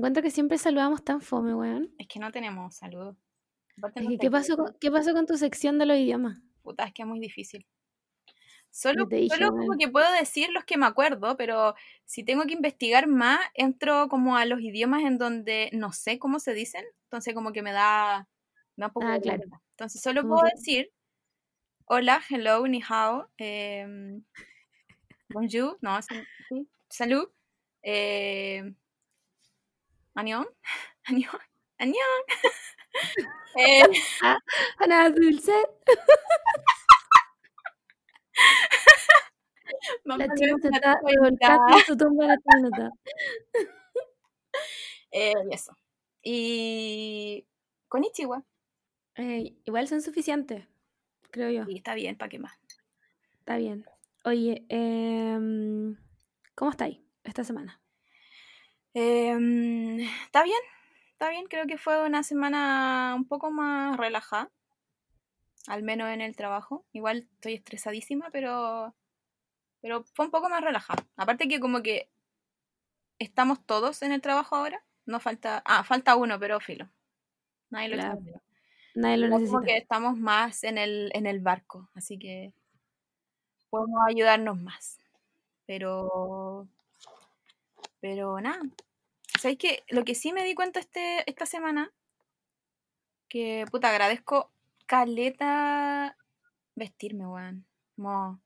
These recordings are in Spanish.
encuentro que siempre saludamos tan fome, weón. Es que no tenemos saludos. Aparte Es no que, sé ¿qué pasó con tu sección de los idiomas? puta, es que es muy difícil. Yo te dije, Solo como weón. que puedo decir los que me acuerdo, pero si tengo que investigar más, entro como a los idiomas en donde no sé cómo se dicen, entonces como que me da un poco de Ah, claro. vergüenza. Entonces solo Como puedo que, decir hola, hello, ni hao, bonjour, no, sí, salud, eh, annyeong, annyeong, annyeong. Eh, ah, Ana Dulce, Mamá la no china es se una está tipa revolcando invitada. en su tumba en este minuto. Y eso. Y Konnichiwa. Igual son suficientes, creo yo. Y está bien, ¿para qué más? Está bien. Oye, ¿cómo estáis esta semana? Está bien, creo que fue una semana un poco más relajada, al menos en el trabajo. Igual estoy estresadísima, pero fue un poco más relajada. Aparte que como que estamos todos en el trabajo ahora, no falta, falta uno, pero filo, nadie lo echa de Claro, menos. nadie lo Igual como necesita. que estamos más en el barco, así que podemos ayudarnos más. Pero, pero nada, ¿sabéis qué? Lo que sí me di cuenta esta semana, que puta, agradezco caleta vestirme, weón. Como,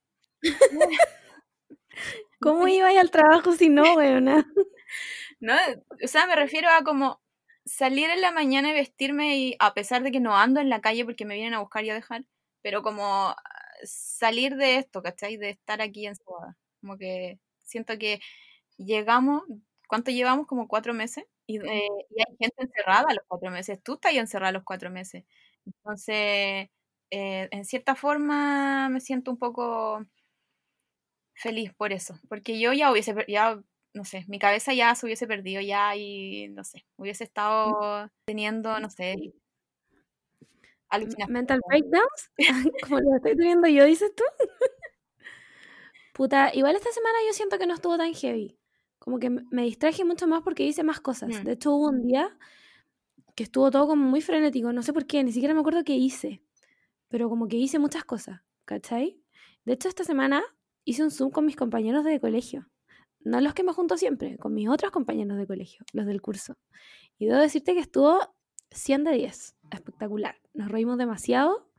¿Cómo ibais al trabajo si no, weona? no, o sea, me refiero a como salir en la mañana y vestirme y a pesar de que no ando en la calle porque me vienen a buscar y a dejar, pero como salir de esto, ¿cachai? De estar aquí encerrada. Como que siento que llegamos, ¿cuánto llevamos? Como 4 meses. Y hay gente encerrada a los 4 meses. Tú estás ahí encerrada a los 4 meses. Entonces, en cierta forma me siento un poco feliz por eso. Porque yo ya ya, no sé, mi cabeza ya se hubiese perdido ya y, no sé, hubiese estado teniendo, no sé, Mental alucinaciones. breakdowns, como lo estoy teniendo yo, dices tú. Puta, igual esta semana yo siento que no estuvo tan heavy. Como que me distraje mucho más porque hice más cosas. Mm. De hecho, hubo un día que estuvo todo como muy frenético. No sé por qué, ni siquiera me acuerdo qué hice. Pero como que hice muchas cosas, ¿cachai? De hecho, esta semana hice un Zoom con mis compañeros de colegio. No los que me junto siempre, con mis otros compañeros de colegio, los del curso. Y debo decirte que estuvo 100 de 10. Espectacular. Nos reímos demasiado.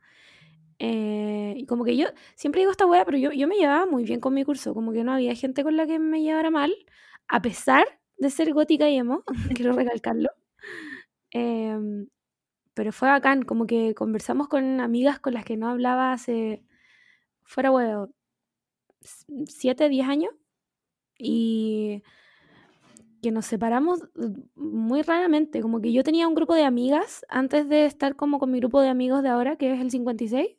Y como que yo siempre digo esta wea, pero yo me llevaba muy bien con mi curso. Como que no había gente con la que me llevara mal, a pesar de ser gótica y emo, quiero recalcarlo. Em, pero fue bacán, como que conversamos con amigas con las que no hablaba hace, fuera huevo, 7, 10 años. Y que nos separamos muy raramente. Como que yo tenía un grupo de amigas antes de estar como con mi grupo de amigos de ahora, que es el 56.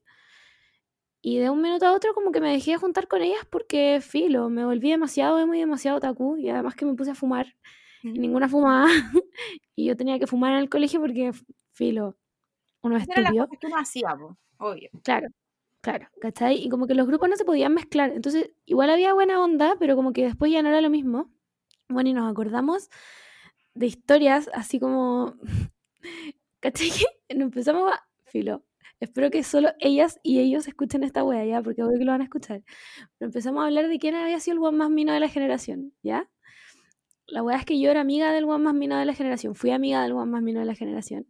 Y de un minuto a otro como que me dejé de juntar con ellas porque, filo, me volví demasiado emo y demasiado otaku. Y además que me puse a fumar y Mm. ninguna fumaba. Y yo tenía que fumar en el colegio porque, filo, uno es Esas eran las estúpido. cosas que uno hacía, po, obvio. Claro, claro, ¿cachai? Y como que los grupos no se podían mezclar. Entonces, igual había buena onda, pero como que después ya no era lo mismo. Bueno, y nos acordamos de historias así como, ¿cachai? Que nos empezamos a... Filo, espero que solo ellas y ellos escuchen esta wea, ¿ya? Porque obvio que lo van a escuchar. Pero empezamos a hablar de quién había sido el guan más mino de la generación, ¿ya? La wea es que yo era amiga del guan más mino de la generación. Fui amiga del guan más mino de la generación.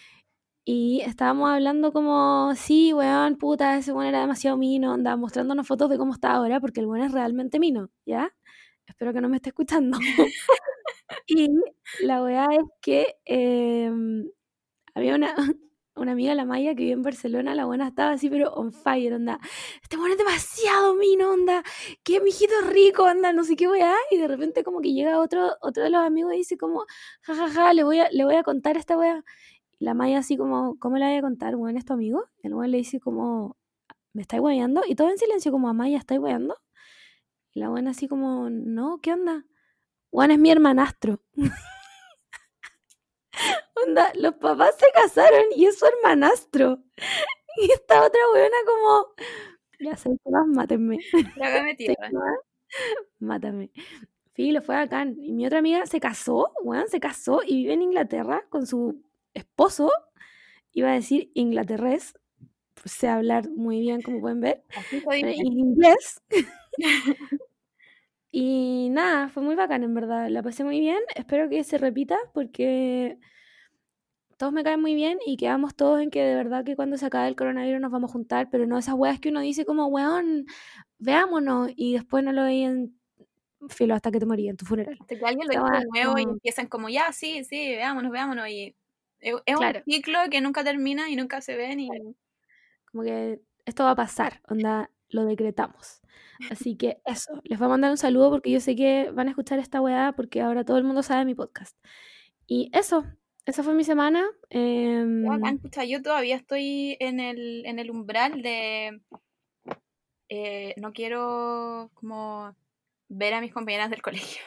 Y estábamos hablando como, sí, weón, puta, ese weón era demasiado mino, andaba mostrándonos fotos de cómo está ahora, porque el weón es realmente mino, ¿ya? Espero que no me esté escuchando. Y la weá es que había una amiga, la Maya, que vive en Barcelona, la buena estaba así, pero on fire, onda. Este weón es demasiado mino, onda. Qué mijito rico, onda, no sé qué weá. Y de repente como que llega otro de los amigos y dice como, jajaja, le voy a contar esta weá. Y la Maya así como, ¿cómo le voy a contar, weón, es tu amigo? Y el weón le dice como, ¿me estáis weando? Y todo en silencio como, Maya, ¿estáis weando? Y la buena así como, no, ¿qué onda? Juan es mi hermanastro. Onda, los papás se casaron y es su hermanastro. Y esta otra weona como, ya sé que más, mátenme. Trágame ¿Sé tierra. qué más? Mátame. Filo, fue bacán. Y mi otra amiga se casó, weón, se casó y vive en Inglaterra con su esposo. Iba a decir inglaterrés, sé hablar muy bien, como pueden ver, Así se pero dice. en inglés. Y nada, fue muy bacán, en verdad. La pasé muy bien. Espero que se repita porque todos me caen muy bien y quedamos todos en que de verdad que cuando se acabe el coronavirus nos vamos a juntar, pero no esas weas que uno dice como, weón, veámonos y después no lo veían filo hasta que te morí en tu funeral. Hasta que alguien lo Esta dice wea de nuevo y como, empiezan como, ya, sí, sí, veámonos, veámonos. Y es un claro, ciclo que nunca termina y nunca se ven. Y como que esto va a pasar, onda, lo decretamos. Así que eso, les voy a mandar un saludo porque yo sé que van a escuchar esta weá porque ahora todo el mundo sabe mi podcast. Y eso, esa fue mi semana. bacán, pucha, yo todavía estoy en el umbral de no quiero como ver a mis compañeras del colegio.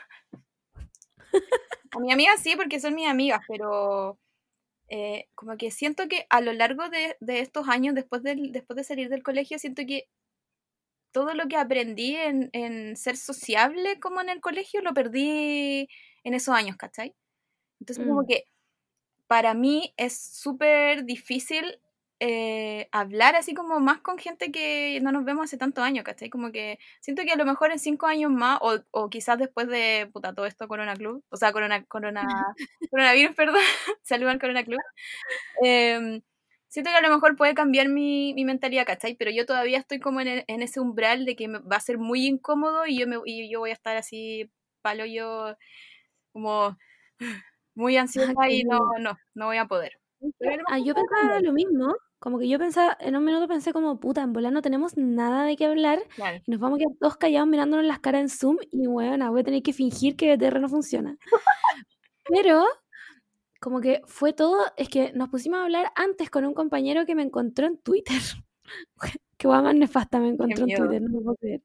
A mi amiga sí, porque son mis amigas, pero como que siento que a lo largo de estos años, después de salir del colegio, siento que todo lo que aprendí en ser sociable como en el colegio, lo perdí en esos años, ¿cachai? Entonces como mm, que para mí es súper difícil hablar así como más con gente que no nos vemos hace tantos años, ¿cachai? Como que siento que a lo mejor en 5 años más, o quizás después de, puta, todo esto Corona Club, o sea, coronavirus, perdón, saludo al Corona Club, eh, siento que a lo mejor puede cambiar mi mentalidad, ¿cachai? Pero yo todavía estoy como en ese umbral de que va a ser muy incómodo y yo voy a estar así, palo yo, como muy ansiosa qué y rico. no voy a poder. Pero a lo mejor Yo puede pensaba cambiar. lo mismo, como que yo pensaba, en un minuto pensé como, puta, en volar no tenemos nada de qué hablar Claro. y nos vamos a quedar todos callados mirándonos las caras en Zoom y bueno, voy a tener que fingir que BTR no funciona. Pero como que fue todo, es que nos pusimos a hablar antes con un compañero que me encontró en Twitter. Qué guay más nefasta me Qué encontró en miedo. Twitter, no lo puedo creer.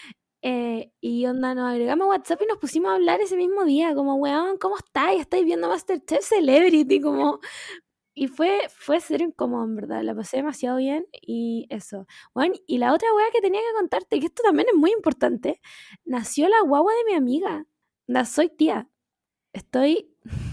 Y onda, nos agregamos a WhatsApp y nos pusimos a hablar ese mismo día, como, weón, ¿cómo estáis? ¿Estáis viendo MasterChef Celebrity? Como, y fue cero incómodo, en verdad. La pasé demasiado bien y eso. Bueno, y la otra weá que tenía que contarte, que esto también es muy importante, nació la guagua de mi amiga. Onda, soy tía. Estoy,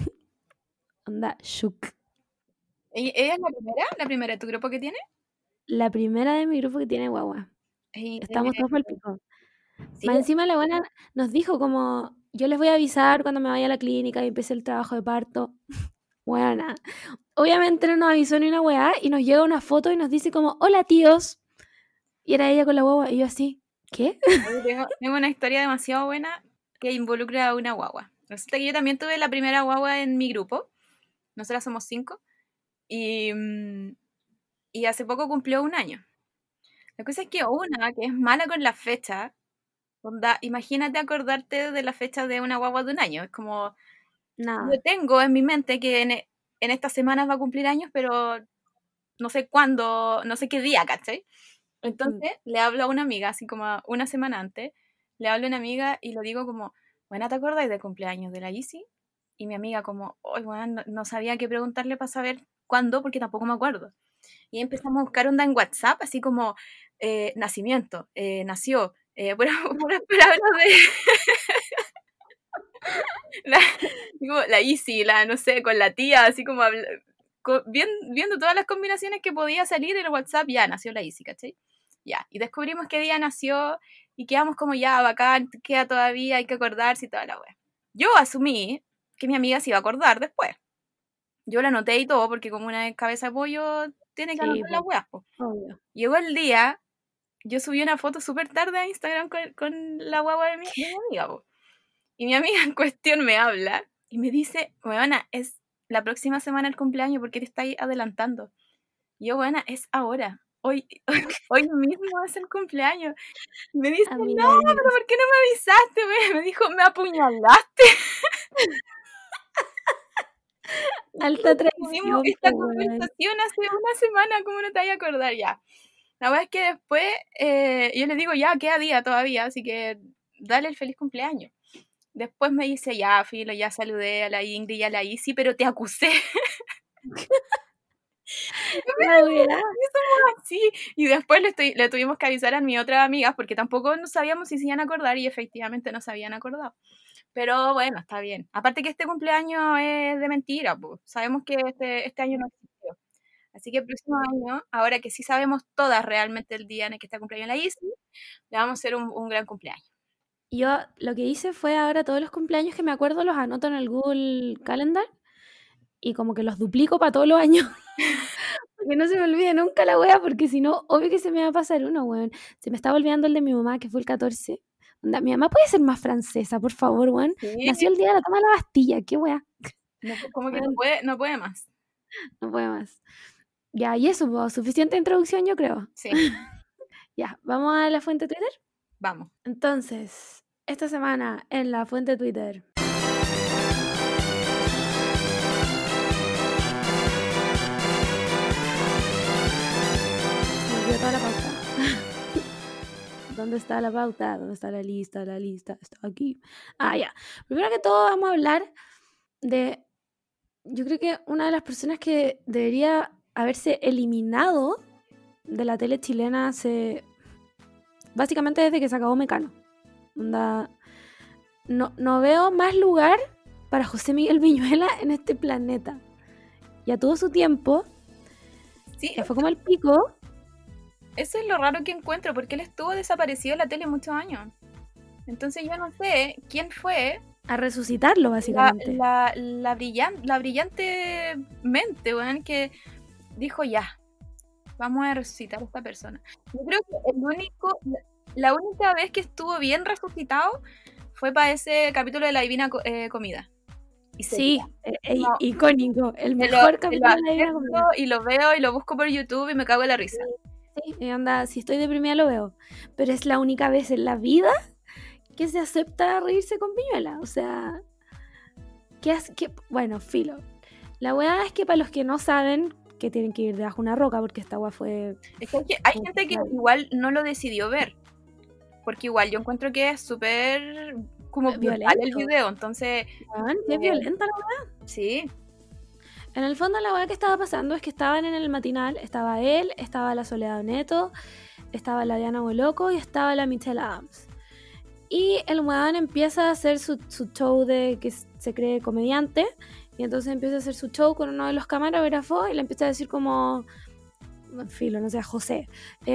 onda, shook. ¿Ella es la primera de tu grupo que tiene? La primera de mi grupo que tiene guagua. Y, Estamos todos mal pico. sí, Más encima la buena nos dijo como, yo les voy a avisar cuando me vaya a la clínica y empiece el trabajo de parto. Buena. Obviamente no nos avisó ni una weá y nos llega una foto y nos dice como, hola tíos. Y era ella con la guagua y yo así, ¿qué? oye, tengo una historia demasiado buena que involucra a una guagua. Resulta que yo también tuve la primera guagua en mi grupo. Nosotras somos 5. Y, y hace poco cumplió 1 año. La cosa es que una que es mala con la fecha, onda, imagínate acordarte de la fecha de una guagua de 1 año. Es como, yo Nada. tengo en mi mente que en estas semanas va a cumplir años, pero no sé cuándo, no sé qué día, ¿cachai? Mm. Entonces le hablo a una amiga, así como una semana antes, le hablo a una amiga y lo digo como, bueno, ¿te acordáis del cumpleaños de la Isi? Y mi amiga como, oh, bueno, no sabía qué preguntarle para saber cuándo, porque tampoco me acuerdo. Y empezamos a buscar onda en WhatsApp, así como nacimiento, nació, puras palabras de la, digo, la Isi, la, no sé, con la tía, así como viendo todas las combinaciones que podía salir en el WhatsApp, ya nació la Isi, ¿cachai? Ya, y descubrimos qué día nació y quedamos como ya, bacán, queda todavía, hay que acordarse y toda la wea. Yo asumí que mi amiga se iba a acordar después. Yo la anoté y todo, porque como una cabeza de pollo tiene que Sí, anotar las po, weas, po. obvio. Llegó el día, yo subí una foto súper tarde a Instagram con la guagua de mi amiga, po. Y mi amiga en cuestión me habla y me dice, weona, es la próxima semana el cumpleaños porque te estáis adelantando. Y yo, weona, es ahora. Hoy, hoy mismo es el cumpleaños. Y me dice, no, Amiga de pero Dios. ¿por qué no me avisaste? Me dijo, me apuñalaste. Alta Tuvimos traición, esta po, weón. conversación hace una semana, ¿cómo no te vayas a acordar ya? La verdad es que después yo le digo, ya, queda día todavía, así que dale el feliz cumpleaños. Después me dice, ya, filo, ya saludé a la Ingrid y a la Isi, pero te acusé. La weá. Sí, y después le tuvimos que avisar a mis otras amigas porque tampoco no sabíamos si se iban a acordar y efectivamente no se habían acordado. Pero bueno, está bien. Aparte que este cumpleaños es de mentira, pues. Sabemos que este año no existió. Así que el próximo año, ahora que sí sabemos todas realmente el día en el que está cumpleaños la Isi, le vamos a hacer un gran cumpleaños. Yo lo que hice fue ahora todos los cumpleaños que me acuerdo los anoto en el Google Calendar y como que los duplico para todos los años. Que no se me olvide nunca la wea, porque si no, obvio que se me va a pasar uno, weón. Se me estaba olvidando el de mi mamá, que fue el 14. Onda, mi mamá puede ser más francesa, por favor, weón. Sí, Nació el día de la toma de la Bastilla, qué wea. no, como que Weón, no puede más. no puede más. Ya, y eso, pues, suficiente introducción, yo creo. Sí, Ya, ¿vamos a la fuente Twitter? vamos. Entonces, esta semana en la fuente Twitter. Se me olvidó toda la pauta. ¿Dónde está la pauta? ¿Dónde está la lista? La lista está aquí. Ah, ya. Primero que todo vamos a hablar de, yo creo que una de las personas que debería haberse eliminado de la tele chilena básicamente desde que se acabó Mecano. Onda, no veo más lugar para José Miguel Viñuela en este planeta. Ya tuvo su tiempo, Sí, ya fue como el pico. eso es lo raro que encuentro, porque él estuvo desaparecido en la tele muchos años. Entonces yo no sé quién fue A resucitarlo, básicamente. la brillante mente, weón, que dijo ya, vamos a resucitar a esta persona. Yo creo que la única vez que estuvo bien resucitado fue para ese capítulo de La Divina Comida. Y Sí, no, icónico, el me mejor lo capítulo de la Divina acepto Comedia. y lo veo y lo busco por YouTube y me cago en la risa. Sí, y onda, si estoy deprimida lo veo. Pero es la única vez en la vida que se acepta reírse con Viñuela. O sea, bueno, filo. La weá es que para los que no saben, que tienen que ir debajo de una roca, porque esta weá fue... Es que hay gente que igual no lo decidió ver, porque igual yo encuentro que es súper como brutal el video, entonces... Es violenta la weá. Sí. En el fondo la weá que estaba pasando es que estaban en el matinal, estaba él, estaba la Soledad Neto, estaba la Diana Boloco y estaba la Michelle Adams. Y el weón empieza a hacer su show de que se cree comediante, y entonces empieza a hacer su show con uno de los camarógrafos y le empieza a decir como... Filo, no sé, José,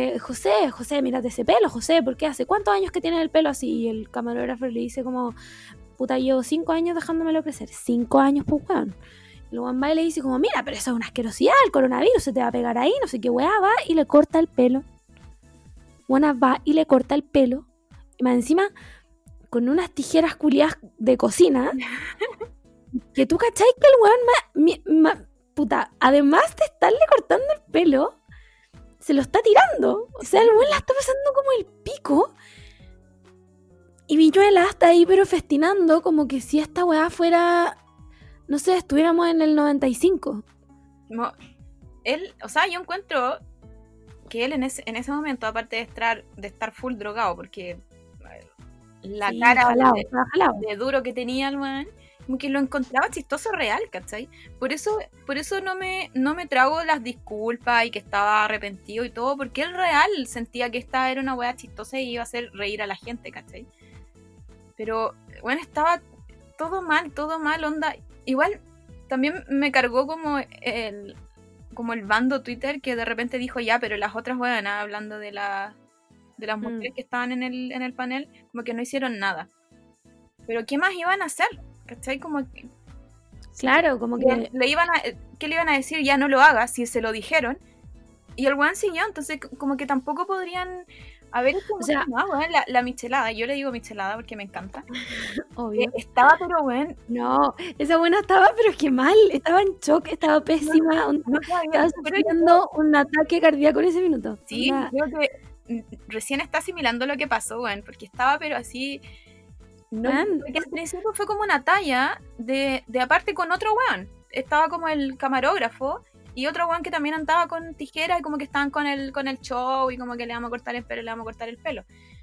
mírate ese pelo, José, ¿por qué hace cuántos años que tienes el pelo así? Y el camarógrafo le dice como, puta, llevo 5 años dejándomelo crecer. 5 años, pues, weón. El weón va y le dice como, mira, pero eso es una asquerosidad, el coronavirus se te va a pegar ahí, no sé qué weá, va y le corta el pelo. Buena va y le corta el pelo. Y más encima, con unas tijeras culiadas de cocina, que tú cachai que el weón, puta, además de estarle cortando el pelo, se lo está tirando. O sea, el weón la está pasando como el pico. Y Viñuela está ahí pero festinando como que si esta weá fuera... No sé, estuviéramos en el 95. Él, o sea, yo encuentro que él en ese momento, aparte de estar full drogado, porque la sí, cara jalao. de duro que tenía el man, como que lo encontraba chistoso real, ¿cachai? Por eso no me trago las disculpas y que estaba arrepentido y todo, porque él real sentía que esta era una wea chistosa y iba a hacer reír a la gente, ¿cachai? Pero, bueno, estaba todo mal, onda. Igual también me cargó como el bando Twitter que de repente dijo ya, pero las otras buenas, hablando de las mujeres que estaban en el panel, como que no hicieron nada. Pero ¿qué más iban a hacer? ¿Cachai? Como que, claro, como que... ¿qué le iban a decir? Ya no lo haga, si se lo dijeron. Y el weón siguió, entonces como que tampoco podrían... A ver, o sea, la michelada, yo le digo michelada porque me encanta. Obvio. Estaba, pero bueno. No, esa buena estaba, pero es que mal, estaba en shock, estaba pésima, estaba sufriendo un ataque cardíaco en ese minuto. Sí, creo que recién está asimilando lo que pasó, bueno, porque estaba, pero así... No, porque al principio fue como una talla de aparte con otro weón. Estaba como el camarógrafo y otro weón que también andaba con tijeras y como que estaban con el show y como que le vamos a cortar el pelo.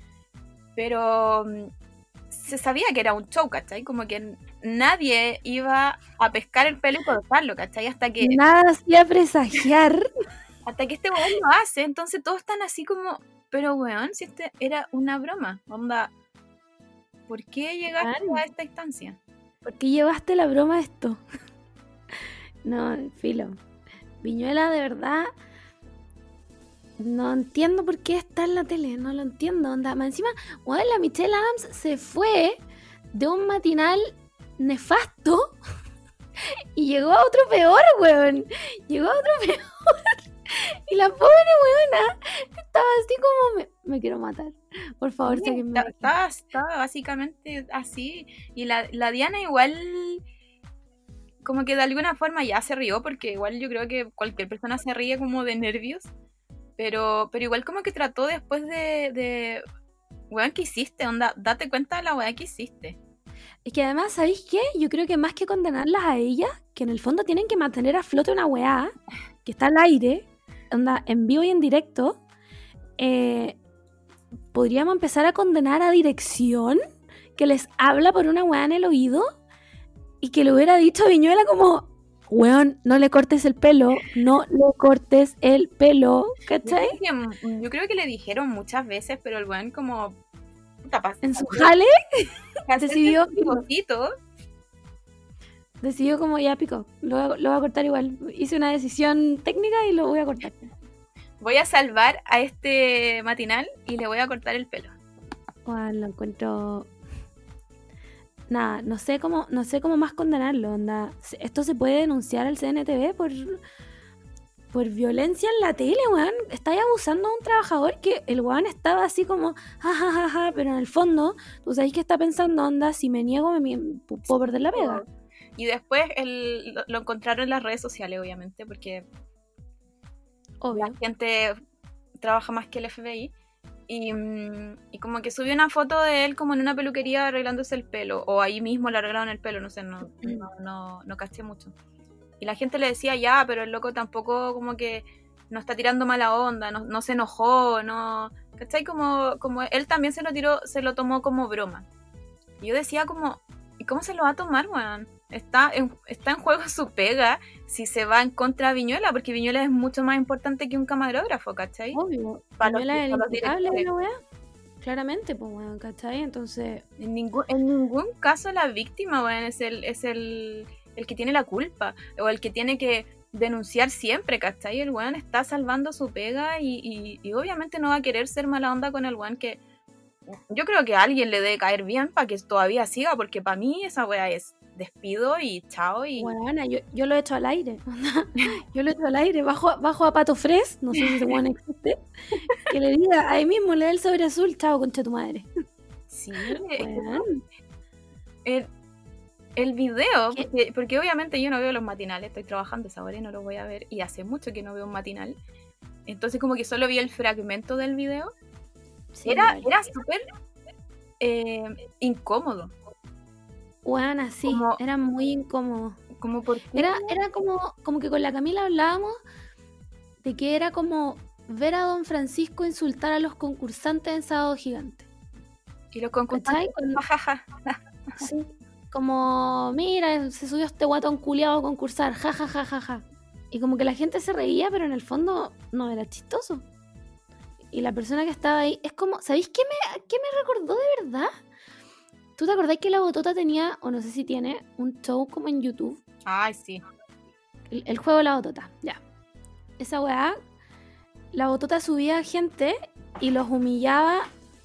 Pero se sabía que era un show, ¿cachai? Como que nadie iba a pescar el pelo y cortarlo, ¿cachai? Hasta que... Nada hacía presagiar. Hasta que este weón lo hace, entonces todos están así como... Pero weón, si este era una broma, onda... ¿Por qué llegaste Weón, a esta instancia? ¿por qué llevaste la broma a esto? No, filo. Viñuela, de verdad, no entiendo por qué está en la tele, no lo entiendo. Onda, más encima, weón, la Michelle Adams se fue de un matinal nefasto y llegó a otro peor, weón. Llegó a otro peor. Y la pobre weona estaba así como, me quiero matar. Por favor, sáquenme de aquí. Estaba básicamente así. Y la Diana igual, como que de alguna forma ya se rió, porque igual yo creo que cualquier persona se ríe como de nervios. Pero igual como que trató después de weón, ¿qué hiciste? Onda, date cuenta de la weá que hiciste. Es que además, ¿sabéis qué? Yo creo que más que condenarlas a ellas, que en el fondo tienen que mantener a flote una weá que está al aire, onda, en vivo y en directo, podríamos empezar a condenar a dirección que les habla por una weá en el oído y que le hubiera dicho a Viñuela como, weón, no le cortes el pelo, no le cortes el pelo, ¿cachai? Yo creo que le dijeron muchas veces, pero el weón como... En su jale decidió como ya picó, lo voy a cortar igual. Hice una decisión técnica y lo voy a cortar. Voy a salvar a este matinal y le voy a cortar el pelo. Bueno, lo encuentro... Nada, no sé cómo más condenarlo, onda. Esto se puede denunciar al CNTV por violencia en la tele, weón. Estáis abusando de un trabajador que el weón estaba así como jajajaja, pero en el fondo, tú sabes que está pensando, onda, si me niego puedo perder la pega. Y después lo encontraron en las redes sociales, obviamente, porque obvio, la gente trabaja más que el FBI. Y como que subió una foto de él como en una peluquería arreglándose el pelo, o ahí mismo le arreglaron el pelo, no sé, no caché mucho. Y la gente le decía, ya, pero el loco tampoco como que no está tirando mala onda, no se enojó, no, ¿cachai? Como él también se lo tomó como broma. Y yo decía como, ¿y cómo se lo va a tomar, weón? Está en juego su pega si se va en contra de Viñuela, porque Viñuela es mucho más importante que un camarógrafo, ¿cachai? Obvio, Viñuela es el impecable de la weá. Claramente, pues, weón, ¿cachai? Entonces... En ningún caso la víctima, weón, es el que tiene la culpa, o el que tiene que denunciar siempre, ¿cachai? El weón está salvando su pega y obviamente no va a querer ser mala onda con el weón que... Yo creo que a alguien le debe caer bien para que todavía siga, porque para mí esa weá es despido y chao. Y... Bueno, yo lo he hecho al aire. Yo lo he hecho al aire. Bajo a Pato Fres, no sé si ese weón existe, que le diga ahí mismo, le dé el sobre azul, chao, concha tu madre. Sí, el video, porque obviamente yo no veo los matinales, estoy trabajando esa hora y no lo voy a ver, y hace mucho que no veo un matinal. Entonces como que solo vi el fragmento del video. Sí, era súper incómodo. Bueno, sí, era muy incómodo. Como porque... Era como que con la Camila hablábamos de que era como ver a Don Francisco insultar a los concursantes en Sábado Gigante. Y los concursantes, jajaja. Sí, como, mira, se subió este guatón culiado a concursar, jajajajaja. Y como que la gente se reía, pero en el fondo no era chistoso. Y la persona que estaba ahí, es como, ¿sabéis qué me recordó de verdad? ¿Tú te acordás que la Botota tenía, o no sé si tiene, un show como en YouTube? Ay, sí. El juego de la Botota, ya. Esa weá, la Botota subía a gente y los humillaba.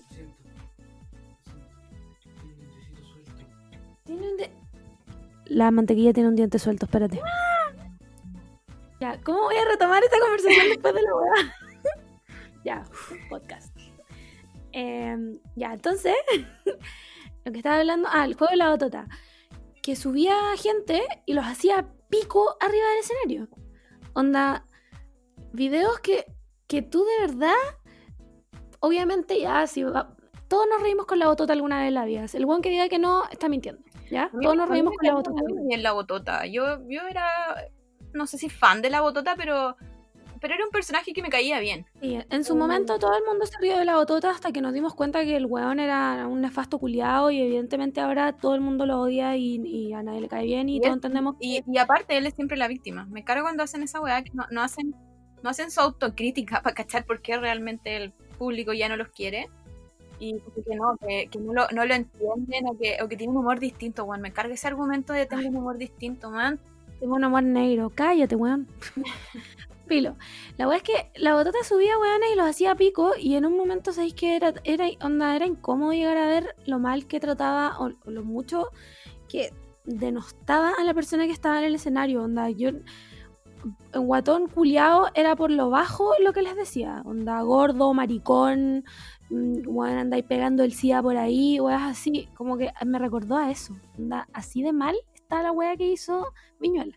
La mantequilla tiene un diente suelto, espérate. Ya, ¿cómo voy a retomar esta conversación después de la weá? Ya, podcast. Ya, entonces, lo que estaba hablando, el juego de la Botota, que subía gente y los hacía pico arriba del escenario. Onda, videos que tú de verdad, obviamente ya, si todos nos reímos con la Botota alguna vez en la vida. El weón que diga que no, está mintiendo, ¿ya? Todos nos reímos con la Botota. Muy bien la Botota. Yo era, no sé si fan de la Botota, pero era un personaje que me caía bien. Sí, en su momento todo el mundo se rió de la Botota hasta que nos dimos cuenta que el weón era un nefasto culiado y evidentemente ahora todo el mundo lo odia y a nadie le cae bien y todos entendemos que... Y aparte él es siempre la víctima. Me cargo cuando hacen esa weá que no hacen su autocrítica para cachar por qué realmente el público ya no los quiere. y que no lo entienden o que tienen un humor distinto, weón. Me carga ese argumento de tengo un humor distinto, man. Tengo un humor negro. Cállate, weón. Filo. La weá es que la botota subía weones y los hacía pico, y en un momento sabéis que era incómodo llegar a ver lo mal que trataba o lo mucho que denostaba a la persona que estaba en el escenario. Onda, yo en guatón culiao era por lo bajo lo que les decía. Onda, gordo, maricón, weón, andáis pegando el SIDA por ahí, weas así. Como que me recordó a eso. Onda, así de mal está la wea que hizo Viñuela.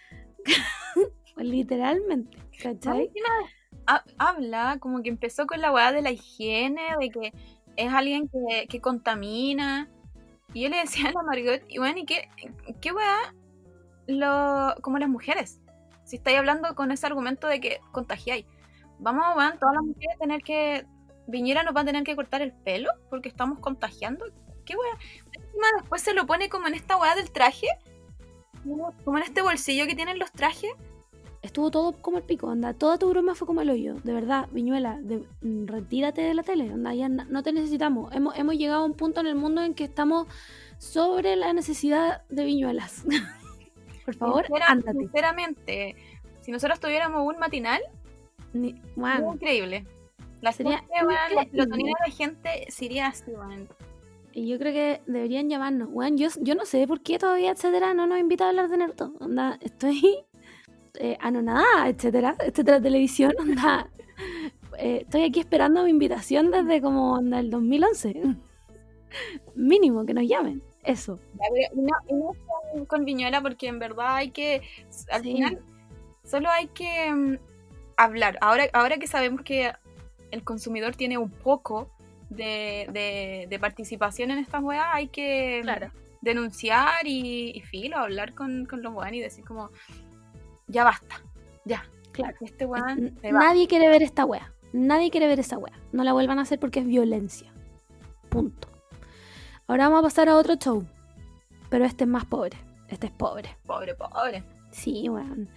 Literalmente, ¿cachai? Habla como que empezó con la weá de la higiene, de que es alguien que contamina. Y yo le decía a la Margot, y bueno, ¿y qué weá? Como las mujeres. Si estáis hablando con ese argumento de que contagiáis. Vamos, weón, todas las mujeres tener que... Viñera nos va a tener que cortar el pelo porque estamos contagiando. ¿Qué weá? Encima después se lo pone como en esta weá del traje. Como en este bolsillo que tienen los trajes. Estuvo todo como el pico, anda, toda tu broma fue como el hoyo, de verdad, Viñuela, retírate de la tele, anda, ya no te necesitamos, hemos llegado a un punto en el mundo en que estamos sobre la necesidad de Viñuelas. Por favor, ándate. Sinceramente, si nosotros tuviéramos un matinal, bueno, increíble. La serotonina de la gente sería así, bueno. Y yo creo que deberían llamarnos, bueno, yo no sé por qué todavía, etcétera, no nos invita a hablar de Naruto, anda, estoy... anonadada, etcétera televisión, onda, estoy aquí esperando mi invitación desde como onda el 2011. Mínimo que nos llamen, eso. No con Viñuela, porque en verdad hay que, al final, solo hay que hablar. Ahora que sabemos que el consumidor tiene un poco de participación en estas weas, hay que denunciar y filo, hablar con los weones y decir como... Ya basta, ya. Claro. Este weón nadie quiere ver esta wea. Nadie quiere ver esa wea. No la vuelvan a hacer porque es violencia. Punto. Ahora vamos a pasar a otro show. Pero este es más pobre. Este es pobre. Pobre. Sí, weón.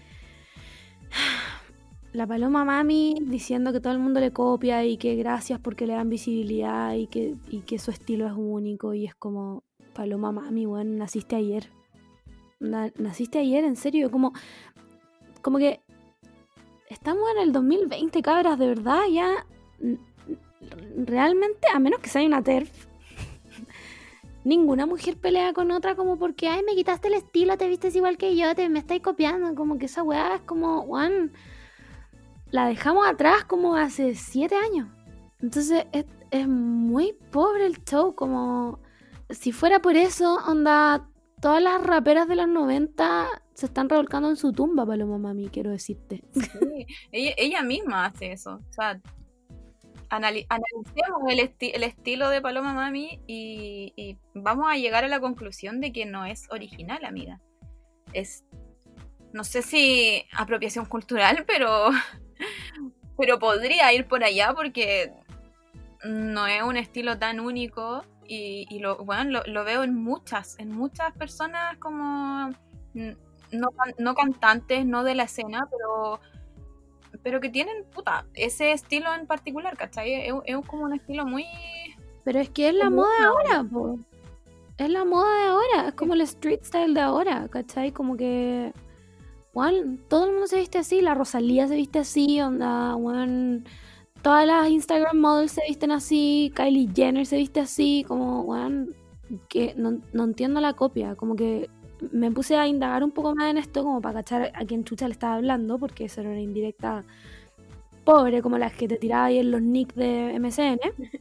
La Paloma Mami diciendo que todo el mundo le copia y que gracias porque le dan visibilidad y que su estilo es único. Y es como, Paloma Mami, weón, naciste ayer. Naciste ayer, en serio. Como que estamos en el 2020, cabras, de verdad, ya realmente, a menos que sea una TERF, ninguna mujer pelea con otra como porque, ay, me quitaste el estilo, te vistes igual que yo, me estáis copiando, como que esa weá es como, Juan, la dejamos atrás como hace 7 años. Entonces es muy pobre el show, como si fuera por eso, onda, todas las raperas de los 90 se están revolcando en su tumba, Paloma Mami, quiero decirte. Sí, ella misma hace eso. O sea, analicemos el estilo de Paloma Mami y vamos a llegar a la conclusión de que no es original, amiga. Es, no sé si apropiación cultural, pero podría ir por allá porque no es un estilo tan único y lo veo en muchas personas como no cantantes, no de la escena, pero que tienen ese estilo en particular, ¿cachai? Es como un estilo muy... Pero es que es la moda de ahora, po. Es la moda de ahora, es como el street style de ahora, ¿cachai? Como que... Bueno, todo el mundo se viste así, la Rosalía se viste así, onda, bueno, todas las Instagram models se visten así, Kylie Jenner se viste así, como, bueno, que no entiendo la copia, como que me puse a indagar un poco más en esto como para cachar a quién chucha le estaba hablando, porque eso era una indirecta pobre como las que te tiraba ahí en los nicks de MSN.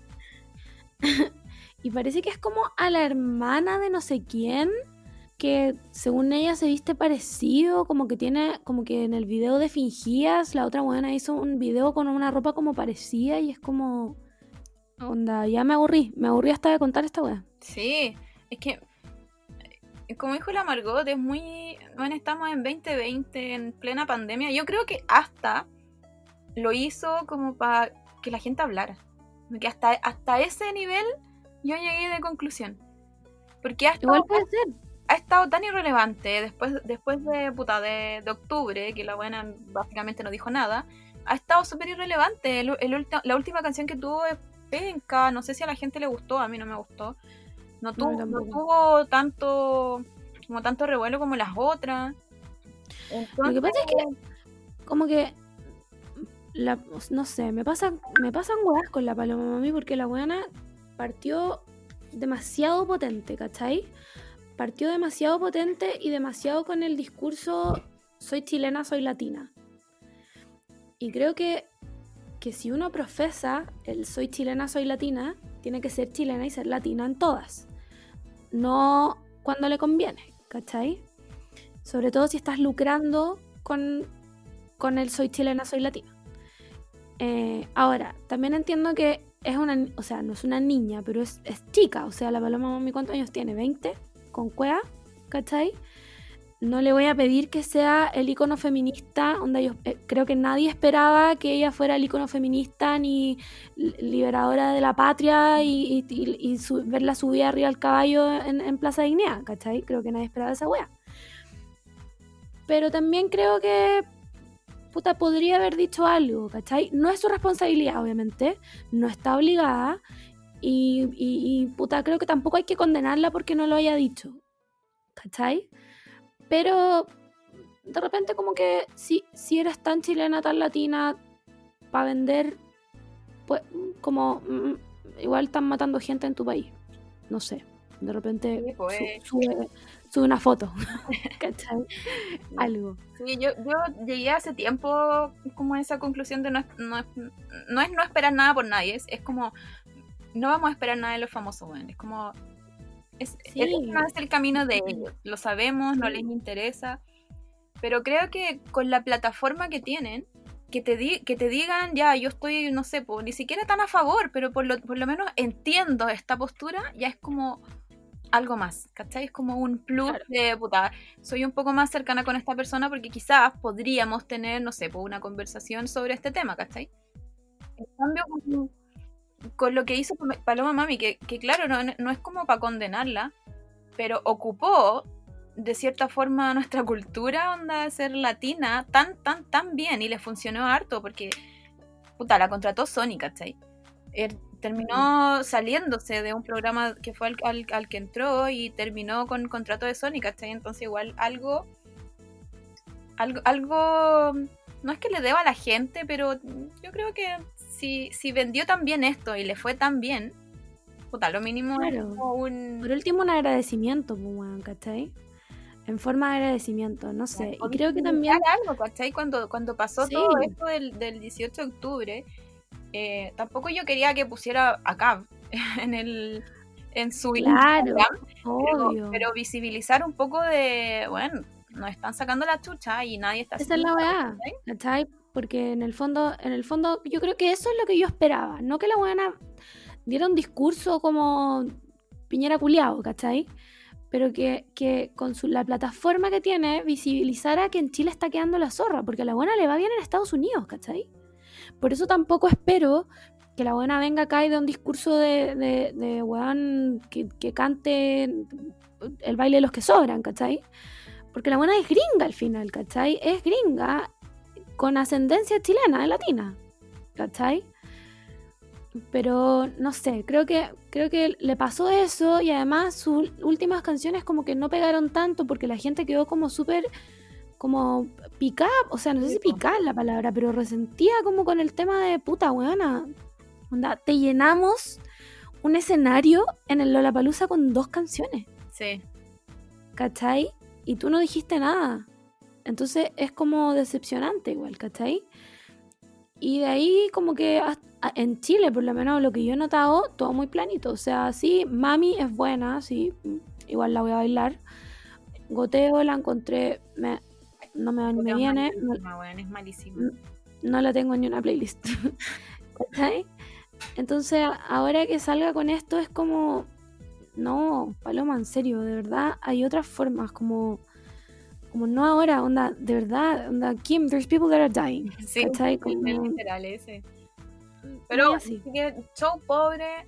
Y parece que es como a la hermana de no sé quién, que según ella se viste parecido, como que tiene, como que en el video de Fingías, la otra buena hizo un video con una ropa como parecida y es como, onda, ya me aburrí hasta de contar esta wea. Sí, es que como dijo la Margot, es muy... Bueno, estamos en 2020, en plena pandemia. Yo creo que hasta lo hizo como para que la gente hablara. Que hasta ese nivel yo llegué de conclusión. Porque igual puede ser. Ha estado tan irrelevante después de octubre, que la buena básicamente no dijo nada. Ha estado súper irrelevante. La última canción que tuvo penca, no sé si a la gente le gustó, a mí no me gustó. No No, no tampoco. tuvo tanto revuelo como las otras. Lo Entonces, que pasa es que, como que, no sé, me pasan weas con la Paloma Mami porque la weana partió demasiado potente, ¿cachai? Partió demasiado potente y demasiado con el discurso soy chilena, soy latina. Y creo que si uno profesa el soy chilena, soy latina, tiene que ser chilena y ser latina en todas. No cuando le conviene, ¿cachai? Sobre todo si estás lucrando con el soy chilena, soy latina. Ahora, también entiendo que es o sea, no es una niña, pero es chica. O sea, la Paloma Mami, ¿cuántos años tiene? ¿20? Con cuea, ¿cachai? No le voy a pedir que sea el icono feminista, onda yo creo que nadie esperaba que ella fuera el icono feminista ni liberadora de la patria y verla subir arriba al caballo en Plaza Dignidad, ¿cachai? Creo que nadie esperaba esa wea. Pero también creo que puta, podría haber dicho algo, ¿cachai? No es su responsabilidad, obviamente, no está obligada y puta, creo que tampoco hay que condenarla porque no lo haya dicho, ¿cachai? Pero de repente como que si eres tan chilena, tan latina, para vender, pues como igual están matando gente en tu país, no sé, de repente sí, pues, sube una foto, ¿cachai? Algo. Sí, yo llegué hace tiempo como a esa conclusión de no esperar nada por nadie, es como no vamos a esperar nada de los famosos, bueno, es como Sí. no es el camino de ellos, lo sabemos, no les interesa, pero creo que con la plataforma que tienen, que te digan, ya, yo estoy, no sé, pues, ni siquiera tan a favor, pero por lo menos entiendo esta postura, ya es como algo más, ¿cachai? Es como un plus Claro. de, puta, soy un poco más cercana con esta persona porque quizás podríamos tener, no sé, pues una conversación sobre este tema, ¿cachai? En cambio, con lo que hizo Paloma Mami, que claro, no es como para condenarla, pero ocupó de cierta forma nuestra cultura, onda de ser latina, tan bien, y le funcionó harto, porque, puta, la contrató Sony, ¿cachai? Terminó saliéndose de un programa que fue al que entró y terminó con contrato de Sony, ¿cachai? Entonces igual algo, no es que le deba a la gente, pero yo creo que si vendió tan bien esto y le fue tan bien, puta, lo mínimo es Claro. como un... Por último, un agradecimiento, ¿cachai? En forma de agradecimiento, no sé. Y creo que también... algo, ¿cachai? Cuando pasó Sí. todo esto del 18 de octubre, tampoco yo quería que pusiera acá en su Claro, Instagram, obvio. pero visibilizar un poco de, bueno, nos están sacando la chucha y nadie está Esa es la weá, ¿cachai? Porque en el fondo, yo creo que eso es lo que yo esperaba. No que la weá diera un discurso como Piñera culiao, ¿cachai? Pero que con la plataforma que tiene visibilizara que en Chile está quedando la zorra, porque a la buena le va bien en Estados Unidos, ¿cachai? Por eso tampoco espero que la buena venga acá y dé un discurso de weón que cante el baile de los que sobran, ¿cachai? Porque la buena es gringa al final, ¿cachai? Es gringa con ascendencia chilena, latina, ¿cachai? Pero no sé, creo que le pasó eso y además sus últimas canciones como que no pegaron tanto porque la gente quedó como súper como picada, o sea, no sé si picada es la palabra, pero resentía como con el tema de puta weona. Onda, te llenamos un escenario en el Lollapalooza con 2 canciones. Sí. ¿Cachai? Y tú no dijiste nada. Entonces es como decepcionante igual, ¿cachai? Y de ahí como que en Chile, por lo menos lo que yo he notado, todo muy planito. O sea, sí, Mami es buena, sí, igual la voy a bailar. Goteo la encontré, no me viene. Es malísima. No la tengo en ni una playlist. ¿Cachai? Entonces ahora que salga con esto es como... No, Paloma, en serio, de verdad hay otras formas como no ahora, onda, de verdad, onda, Kim, there's people that are dying. Sí, ¿cachai? el literal ese. Muy Pero así. así que show pobre,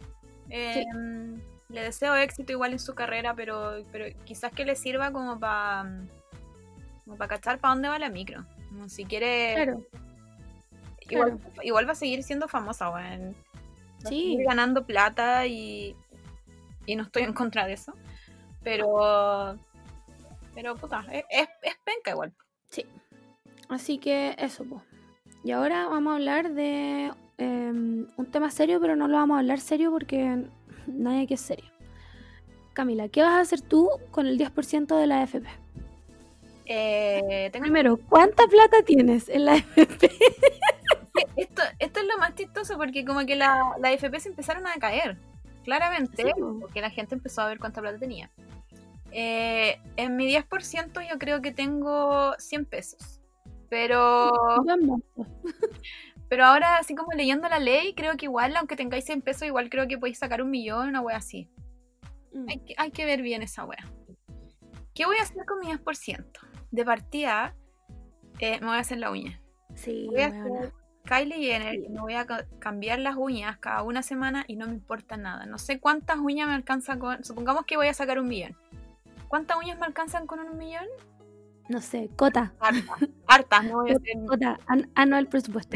le deseo éxito igual en su carrera, pero quizás que le sirva como para cachar para dónde va la micro. Como si quiere... Claro. Igual va a seguir siendo famosa, weón. Sí. seguir ganando plata y no estoy en contra de eso. Pero puta, es penca igual. Sí. Así que eso, pues. Y ahora vamos a hablar de un tema serio, pero no lo vamos a hablar serio porque nadie que es serio. Camila, ¿qué vas a hacer tú con el 10% de la AFP? Primero, ¿cuánta plata tienes en la AFP? Esto es lo más chistoso porque como que la AFP se empezaron a caer, claramente, Sí. porque la gente empezó a ver cuánta plata tenía. En mi 10% yo creo que tengo 100 pesos. Pero ahora, así como leyendo la ley, creo que igual, aunque tengáis 100 pesos, igual creo que podéis sacar 1 millón, una wea así. Hay que ver bien esa wea. ¿Qué voy a hacer con mi 10%? De partida, me voy a hacer la uña. Sí, voy a hacer Kylie Jenner y me voy a cambiar las uñas cada una semana y no me importa nada. No sé cuántas uñas me alcanzan con... Supongamos que voy a sacar 1 millón. ¿Cuántas uñas me alcanzan con 1 millón? No sé, cota. Hartas, no voy a hacer... Cota, anual presupuesto.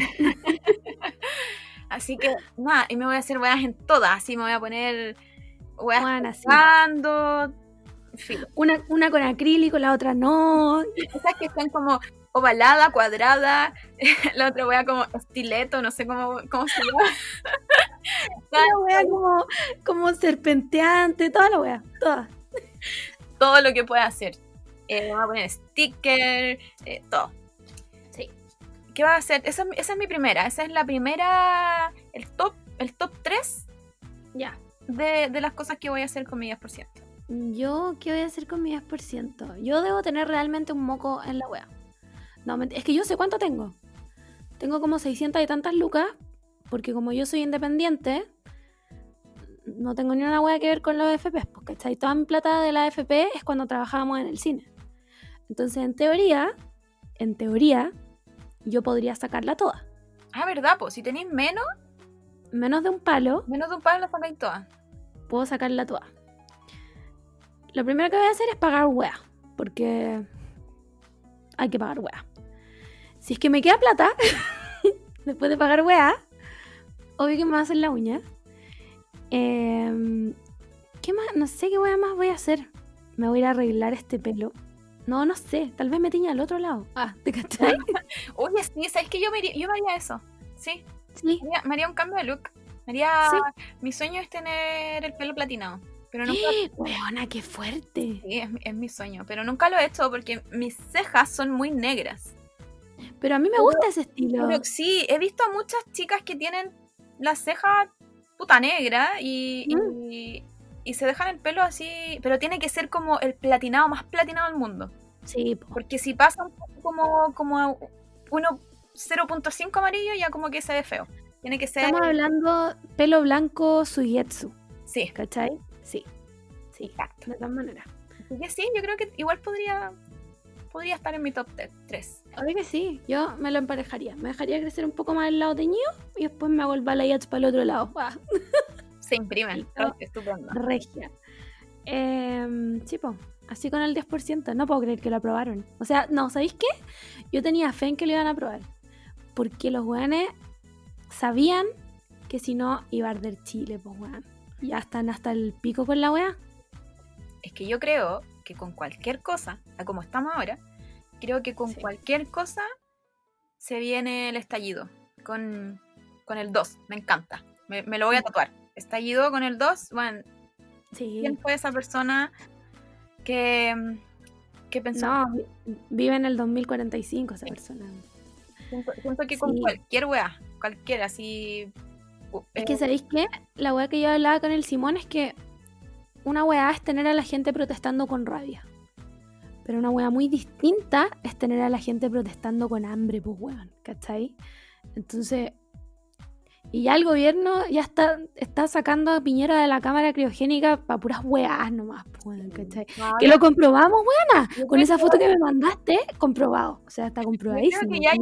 Así que, nada, y me voy a hacer weas en todas. Así me voy a poner weas jugando. En fin. Una con acrílico, la otra no. Esas que están como ovalada, cuadrada, la otra wea como estileto, no sé cómo se llama. La wea como serpenteante, toda la wea, toda. Todo lo que pueda hacer. Voy a poner sticker, todo. Sí. ¿Qué va a hacer? Esa es mi primera. Esa es la primera, el top 3 ya de las cosas que voy a hacer con mi 10%. ¿Yo qué voy a hacer con mi 10%? Yo debo tener realmente un moco en la wea. No, es que yo sé cuánto tengo. Tengo como 600 y tantas lucas, porque como yo soy independiente, no tengo ni una wea que ver con los AFP, ¿cachai? Toda mi plata de la AFP es cuando trabajábamos en el cine. Entonces, en teoría, yo podría sacarla toda. Ah, ¿verdad? Pues si tenéis menos de un palo, la sacáis toda. Puedo sacarla toda. Lo primero que voy a hacer es pagar wea, porque hay que pagar wea. Si es que me queda plata, después de pagar wea, obvio que me voy a hacer la uña. ¿Qué más? No sé qué wea más voy a hacer. Me voy a ir a arreglar este pelo. No sé, tal vez me tiña al otro lado. ¿Te cachai? Oye, sí, ¿sabes que yo me haría eso? Sí. Me haría un cambio de look. Mi sueño es tener el pelo platinado. Pero nunca... ¡Weona, qué fuerte! Sí, es mi sueño. Pero nunca lo he hecho porque mis cejas son muy negras. Pero a mí me gusta ese estilo. Pero sí, he visto a muchas chicas que tienen las cejas puta negra y se dejan el pelo así, pero tiene que ser como el platinado más platinado del mundo. Sí, porque si pasa un poco como 0.5 amarillo, ya como que se ve feo. Tiene que ser... Estamos hablando pelo blanco Suigetsu. Sí. ¿Cachai? Sí. Exacto. De todas maneras. Así que sí, yo creo que igual podría estar en mi top 3. Ahora que sí, yo me lo emparejaría. Me dejaría crecer un poco más el lado teñido y después me hago el balayage para el otro lado. Se imprimen. Estupendo. Regia. Sí, po. Así con el 10%. No puedo creer que lo aprobaron. O sea, no, ¿sabéis qué? Yo tenía fe en que lo iban a aprobar. Porque los weones sabían que si no iba a arder Chile, pues weón. Ya están hasta el pico con la weá. Es que yo creo que con cualquier cosa, como estamos ahora, creo que con cualquier cosa se viene el estallido. Con el 2, me encanta. Me lo voy a tatuar. Estallido con el 2, bueno. Sí. ¿Quién fue esa persona que pensó? No, vive en el 2045 esa persona. Siento que con cualquier weá, cualquiera, así... Es que, ¿sabéis qué? La weá que yo hablaba con el Simón es que una weá es tener a la gente protestando con rabia. Pero una weá muy distinta es tener a la gente protestando con hambre, pues weón, ¿cachai? Entonces... Y ya el gobierno ya está sacando a Piñera de la cámara criogénica para puras weás nomás, pues, ¿cachai? Que lo comprobamos, weona. Con esa foto que me mandaste, comprobado. O sea, está comprobadísimo. Creo que ya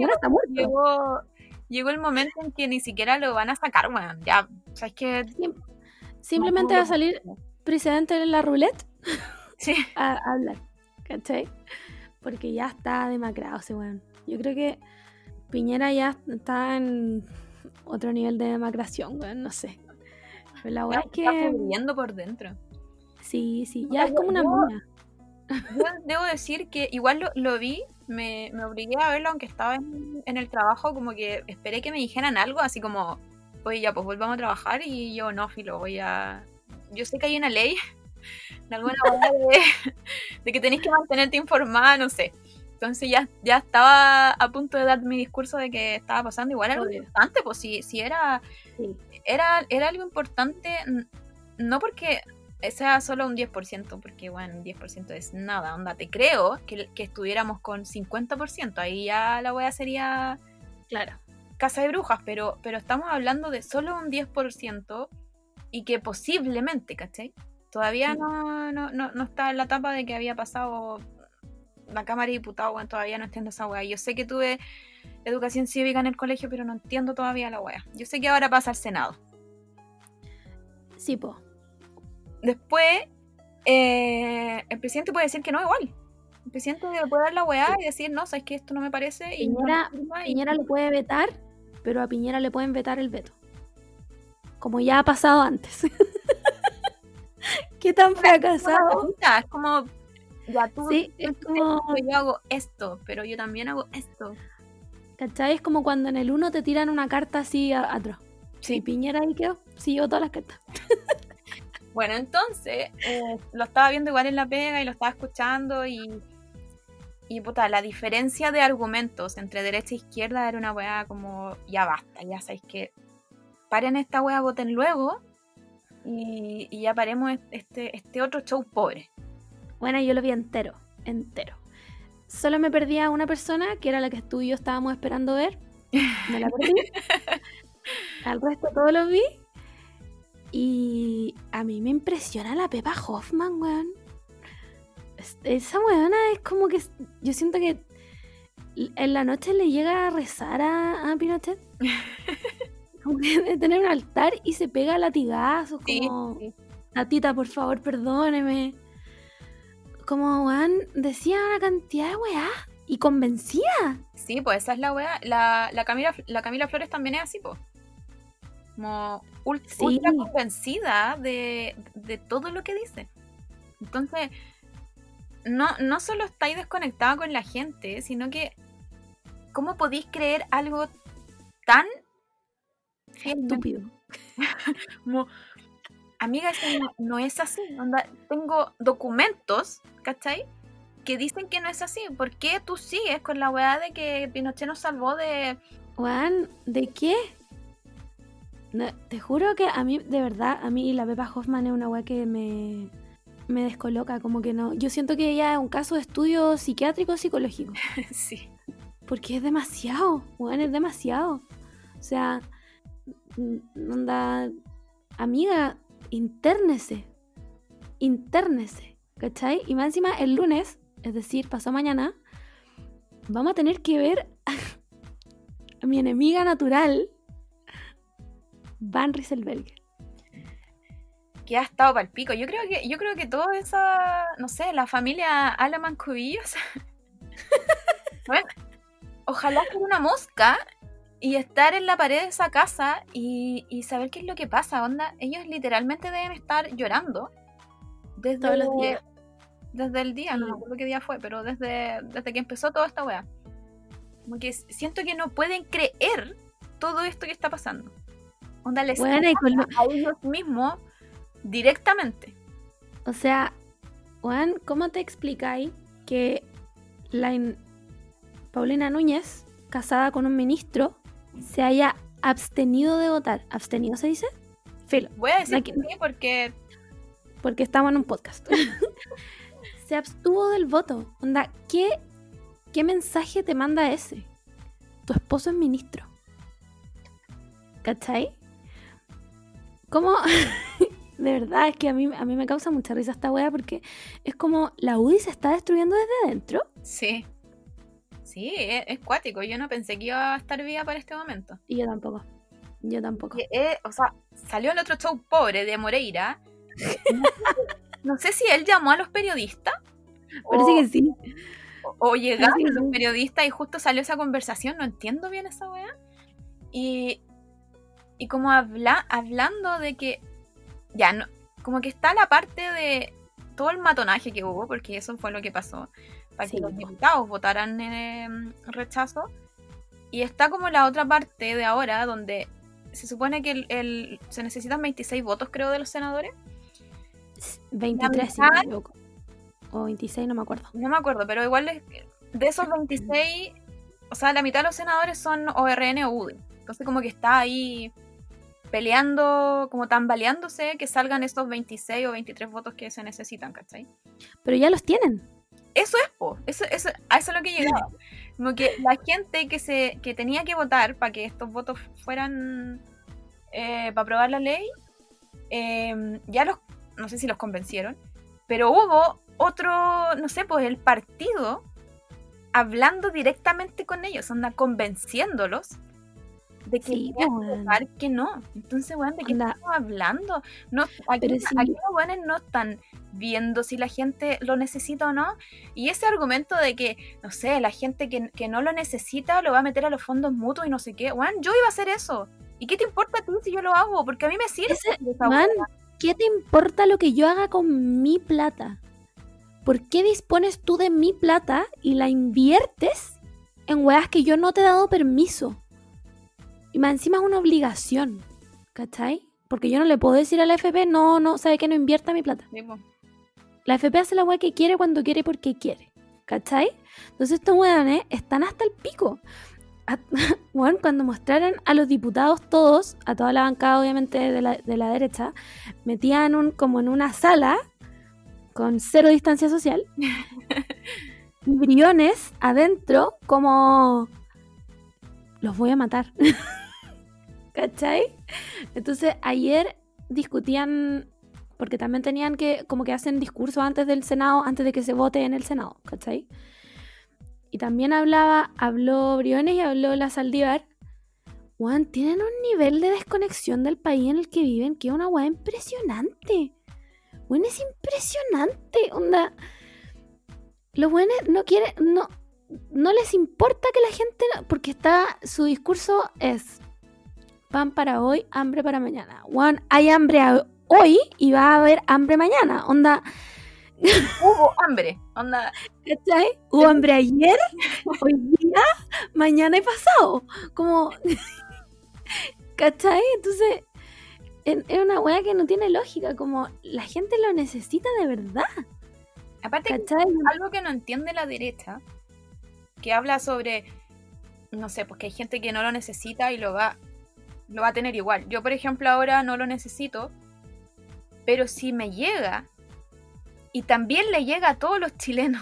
llegó el momento en que ni siquiera lo van a sacar, weón. Ya, o sea, es que... Simplemente va a salir presidente en la roulette sí. a hablar, ¿cachai? Porque ya está demacrado ese weón. Yo creo que Piñera ya está en... otro nivel de demacración, weón, no sé. Pero la weá es Está que... pudriendo por dentro. Sí, ya es como una momia. Yo debo decir que igual lo vi, me obligué a verlo aunque estaba en el trabajo, como que esperé que me dijeran algo, así como, oye, ya, pues volvamos a trabajar, y yo, no, filo, yo sé que hay una ley, de alguna manera, de que tenéis que mantenerte informada, no sé. Entonces ya estaba a punto de dar mi discurso de que estaba pasando igual algo importante, pues si era algo importante, no porque sea solo un 10%, porque bueno, un 10% es nada, onda, te creo que estuviéramos con 50%, ahí ya la wea sería, claro, casa de brujas, pero estamos hablando de solo un 10% y que posiblemente, ¿cachai? Todavía no está en la etapa de que había pasado la Cámara de Diputados, bueno, todavía no entiendo esa wea. Yo sé que tuve educación cívica en el colegio, pero no entiendo todavía la wea. Yo sé que ahora pasa al Senado. Sí, po. Después, el presidente puede decir que no igual. El presidente puede dar la weá y decir, no, sabes que esto no me parece. Piñera le puede vetar, pero a Piñera le pueden vetar el veto. Como ya ha pasado antes. ¿Qué tan fracasado? Es como, ya tú, sí, es como... yo hago esto, pero yo también hago esto. ¿Cachai? Es como cuando en el 1 te tiran una carta así atroz. Sí. Y Piñera ahí quedó, siguió todas las cartas. Bueno, entonces, lo estaba viendo igual en la pega y lo estaba escuchando y puta, la diferencia de argumentos entre derecha e izquierda era una weá como, ya basta, ya sabéis que paren esta weá, voten luego y ya paremos este otro show pobre. Bueno, yo lo vi entero. Solo me perdí a una persona, que era la que tú y yo estábamos esperando ver. Me la perdí. Al resto todos los vi. Y a mí me impresiona la Pepa Hoffman, weón. Esa weona es como que... Yo siento que en la noche le llega a rezar a Pinochet. Como que de tener un altar y se pega latigazos. Como, sí. Tatita, por favor, perdóneme. Como, weón, decía una cantidad de weá. Y convencía. Sí, pues esa es la weá. La Camila Flores también es así, pues. Como ultra convencida de todo lo que dice. Entonces, no solo estáis desconectada con la gente, sino que ¿cómo podéis creer algo tan estúpido? Como, amiga, eso no es así. Onda, tengo documentos, ¿cachai? Que dicen que no es así. ¿Por qué tú sigues con la weá de que Pinochet nos salvó de... Juan, ¿de qué? No, te juro que a mí, de verdad, a mí la Pepa Hoffman es una weá que me descoloca, como que no. Yo siento que ella es un caso de estudio psiquiátrico psicológico. Sí. Porque es demasiado, weón, es demasiado. O sea, onda, amiga, internese, ¿cachai? Y más encima el lunes, es decir, pasado mañana, vamos a tener que ver a mi enemiga natural, Van Rieselbergher. Que ha estado pa'l pico. Yo creo que toda esa, no sé, la familia Alaman Cubillos. Bueno, ojalá ser una mosca y estar en la pared de esa casa y saber qué es lo que pasa, onda. Ellos literalmente deben estar llorando desde todos los días. Desde el día, no me acuerdo qué día fue, pero desde que empezó toda esta wea. Como que siento que no pueden creer todo esto que está pasando. Onda, les a ellos mismos directamente. O sea, Juan, ¿cómo te explicáis que Paulina Núñez, casada con un ministro, se haya abstenido de votar? ¿Abstenido se dice? Filo. Voy a decir que sí porque estamos en un podcast. Se abstuvo del voto. Onda, ¿qué mensaje te manda ese? Tu esposo es ministro. ¿Cachai? ¿Cómo? De verdad, es que a mí me causa mucha risa esta wea porque es como la UDI se está destruyendo desde adentro. Sí. Sí, es cuático. Yo no pensé que iba a estar viva para este momento. Y yo tampoco. O sea, salió el otro show pobre de Moreira. No sé si él llamó a los periodistas. Parece que sí. O llegaron los periodistas y justo salió esa conversación. No entiendo bien esa wea. Y como hablando de que ya, no, como que está la parte de todo el matonaje que hubo, porque eso fue lo que pasó, para que Sí, los po. diputados votaran rechazo. Y está como la otra parte de ahora, donde se supone que se necesitan 26 votos, creo, de los senadores. 23, si La no me mitad, equivoco. O 26, no me acuerdo. no me acuerdo, pero igual de esos 26, o sea, la mitad de los senadores son ORN o UDI. Entonces como que está ahí peleando, como tambaleándose que salgan estos 26 o 23 votos que se necesitan, ¿cachai? Pero ya los tienen. Eso es, po. A eso es lo que llegaba. Como que la gente que tenía que votar para que estos votos fueran para aprobar la ley, ya no sé si los convencieron, pero hubo otro, no sé, pues el partido hablando directamente con ellos, anda convenciéndolos de que Sí, tenían pues, que votar que no. Entonces, weón, ¿de qué Anda. estamos hablando? No, aquí Pero sí, los weones no están viendo si la gente lo necesita o no. Y ese argumento de que, no sé, la gente que no lo necesita lo va a meter a los fondos mutuos y no sé qué, weón, yo iba a hacer eso. ¿Y qué te importa a ti si yo lo hago? Porque a mí me sirve esa man, weá. ¿qué te importa lo que yo haga con mi plata? ¿Por qué dispones tú de mi plata y la inviertes en weas que yo no te he dado permiso? Y más encima es una obligación, ¿cachai? Porque yo no le puedo decir a la FP, no, sabe que no invierta mi plata. Sí, po. La FP hace la wea que quiere cuando quiere y porque quiere, ¿cachai? Entonces estos weones están hasta el pico. Bueno, cuando mostraron a los diputados todos, a toda la bancada obviamente de la derecha, metían como en una sala con 0 distancia social, y Briones adentro como los voy a matar. ¿Cachai? Entonces ayer discutían, porque también tenían que, como que hacen discurso antes del Senado, antes de que se vote en el Senado, ¿cachai? Y también habló Briones y habló la Saldívar. Juan, tienen un nivel de desconexión del país en el que viven que es una weá impresionante. Bueno, es impresionante. Onda. Los buenos no quieren, no les importa que la gente, porque su discurso es pan para hoy, hambre para mañana. Juan, hay hambre hoy y va a haber hambre mañana. Onda, Hubo hambre, onda. ¿cachai? Hubo hambre ayer, hoy día, mañana y pasado. Como, ¿cachai? Entonces, es una wea que no tiene lógica. Como, la gente lo necesita de verdad. Aparte, ¿Cachai? algo que no entiende la derecha, que habla sobre, no sé, pues que hay gente que no lo necesita y lo va a tener igual. Yo, por ejemplo, ahora no lo necesito, pero si me llega, y también le llega a todos los chilenos,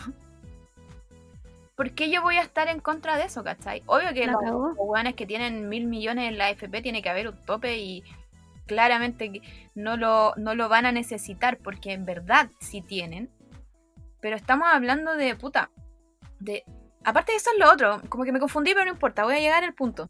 ¿por qué yo voy a estar en contra de eso, cachai? Obvio que La los cagó. hueones que tienen 1.000 millones en la AFP tiene que haber un tope y claramente no lo van a necesitar porque en verdad sí tienen. Pero estamos hablando de puta. Aparte de eso es lo otro. Como que me confundí, pero no importa. Voy a llegar al punto.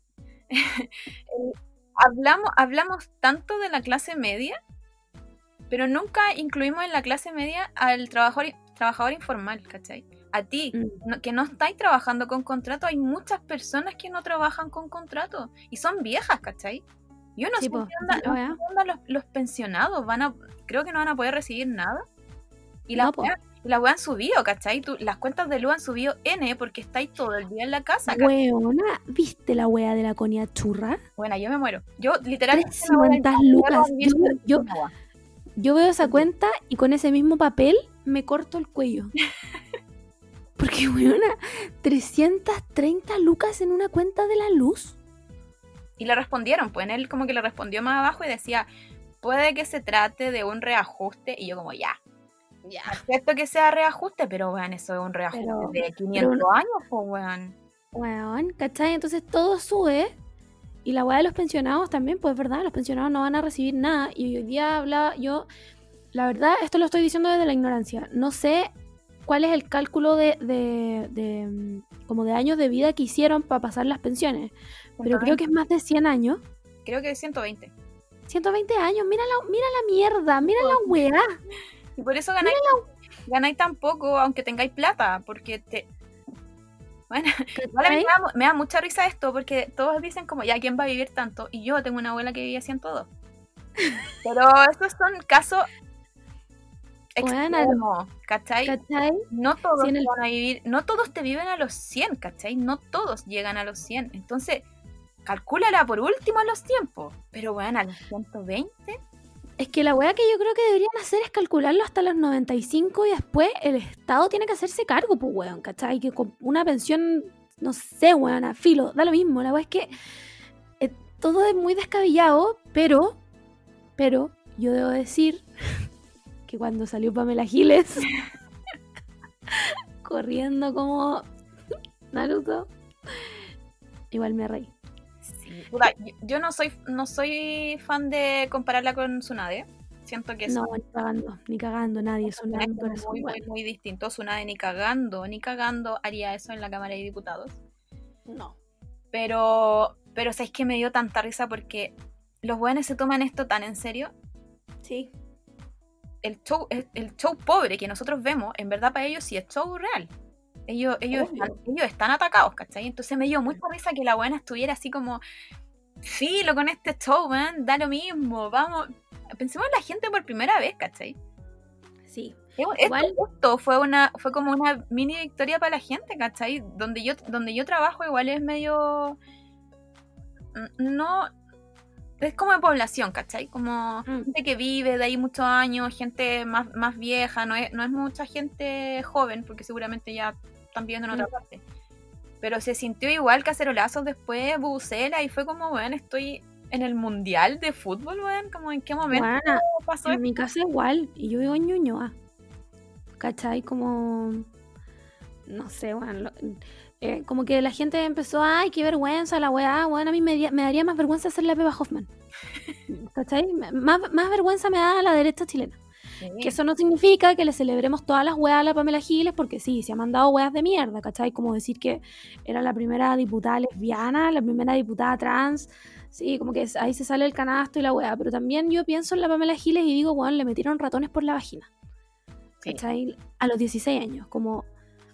Hablamos tanto de la clase media, pero nunca incluimos en la clase media al trabajador informal, ¿cachai? A ti, que no estáis trabajando con contrato, hay muchas personas que no trabajan con contrato y son viejas, ¿cachai? Yo no Sí, sé po, qué onda los pensionados. Creo que no van a poder recibir nada. Y no, po. las weas han subido, ¿cachai? Las cuentas de luz han subido N porque estáis todo el día en la casa, ¿cachai? Weona, ¿viste la wea de la Conia Churra? Bueno, yo me muero. Yo literalmente 300 lucas. Yo veo esa cuenta y con ese mismo papel me corto el cuello. Porque, weona, 330 lucas en una cuenta de la luz. Y le respondieron, pues en él como que le respondió más abajo y decía, puede que se trate de un reajuste. Y yo como, ya. Acepto que sea reajuste, pero weón, eso es un reajuste de 500 años, pues weón. Weón, ¿cachai? Entonces todo sube. Y la weá de los pensionados también, pues verdad, los pensionados no van a recibir nada. Y hoy día hablaba yo, la verdad, esto lo estoy diciendo desde la ignorancia. No sé cuál es el cálculo como de años de vida que hicieron para pasar las pensiones. Pero creo que es más de 100 años. Creo que es 120. 120 años, mira la mierda, mira la weá. Y por eso ganáis tan poco, aunque tengáis plata, porque Bueno, igual a mí me da mucha risa esto, porque todos dicen como, ya, ¿quién va a vivir tanto? Y yo tengo una abuela que vivía 102. Pero esos son casos Weona, extremos, ¿cachai? ¿cachai? No todos Si en el- van a vivir, no todos te viven a los 100, ¿cachai? No todos llegan a los 100. Entonces, calcúlala por último a los tiempos. Pero bueno, a los 120. Es que la weá que yo creo que deberían hacer es calcularlo hasta los 95 y después el Estado tiene que hacerse cargo, pues weón, ¿cachai? Que con una pensión, no sé, weón, a filo, da lo mismo. La weá es que todo es muy descabellado, pero yo debo decir que cuando salió Pamela Giles corriendo como Naruto, igual me reí. Sí. Puta, yo no soy fan de compararla con Tsunade. Siento que No, ni cagando nadie, es una es muy distinto. Tsunade ni cagando haría eso en la Cámara de Diputados. No. Pero ¿sabes qué? Me dio tanta risa porque los buenos se toman esto tan en serio. Sí. El show pobre que nosotros vemos, en verdad para ellos sí es show real. Ellos están atacados, ¿cachai? Entonces me dio mucha risa que la buena estuviera así como, filo con este show, man, da lo mismo, vamos. Pensemos en la gente por primera vez, ¿cachai? Sí. Esto fue como una mini victoria para la gente, ¿cachai? Donde yo trabajo igual es medio... No... Es como de población, ¿cachai? Como gente que vive de ahí muchos años, gente más vieja, no es mucha gente joven, porque seguramente ya están viviendo en otra parte. Pero se sintió igual cacerolazos después, bubucela, y fue como, bueno, estoy en el mundial de fútbol, bueno, como en qué momento pasó en esto. mi casa igual, y yo vivo en Ñuñoa, ¿cachai? Como, no sé, bueno, como que la gente empezó, ay, qué vergüenza la weá, bueno, a mí me daría más vergüenza hacer la Beba Hoffman, ¿cachai? Más vergüenza me da a la derecha chilena. Sí. Que eso no significa que le celebremos todas las weas a la Pamela Giles, porque sí, se ha mandado weas de mierda, ¿cachai? Como decir que era la primera diputada lesbiana, la primera diputada trans, sí, como que ahí se sale el canasto y la wea, pero también yo pienso en la Pamela Giles y digo, weón, le metieron ratones por la vagina, ¿cachai? Sí. A los 16 años, como,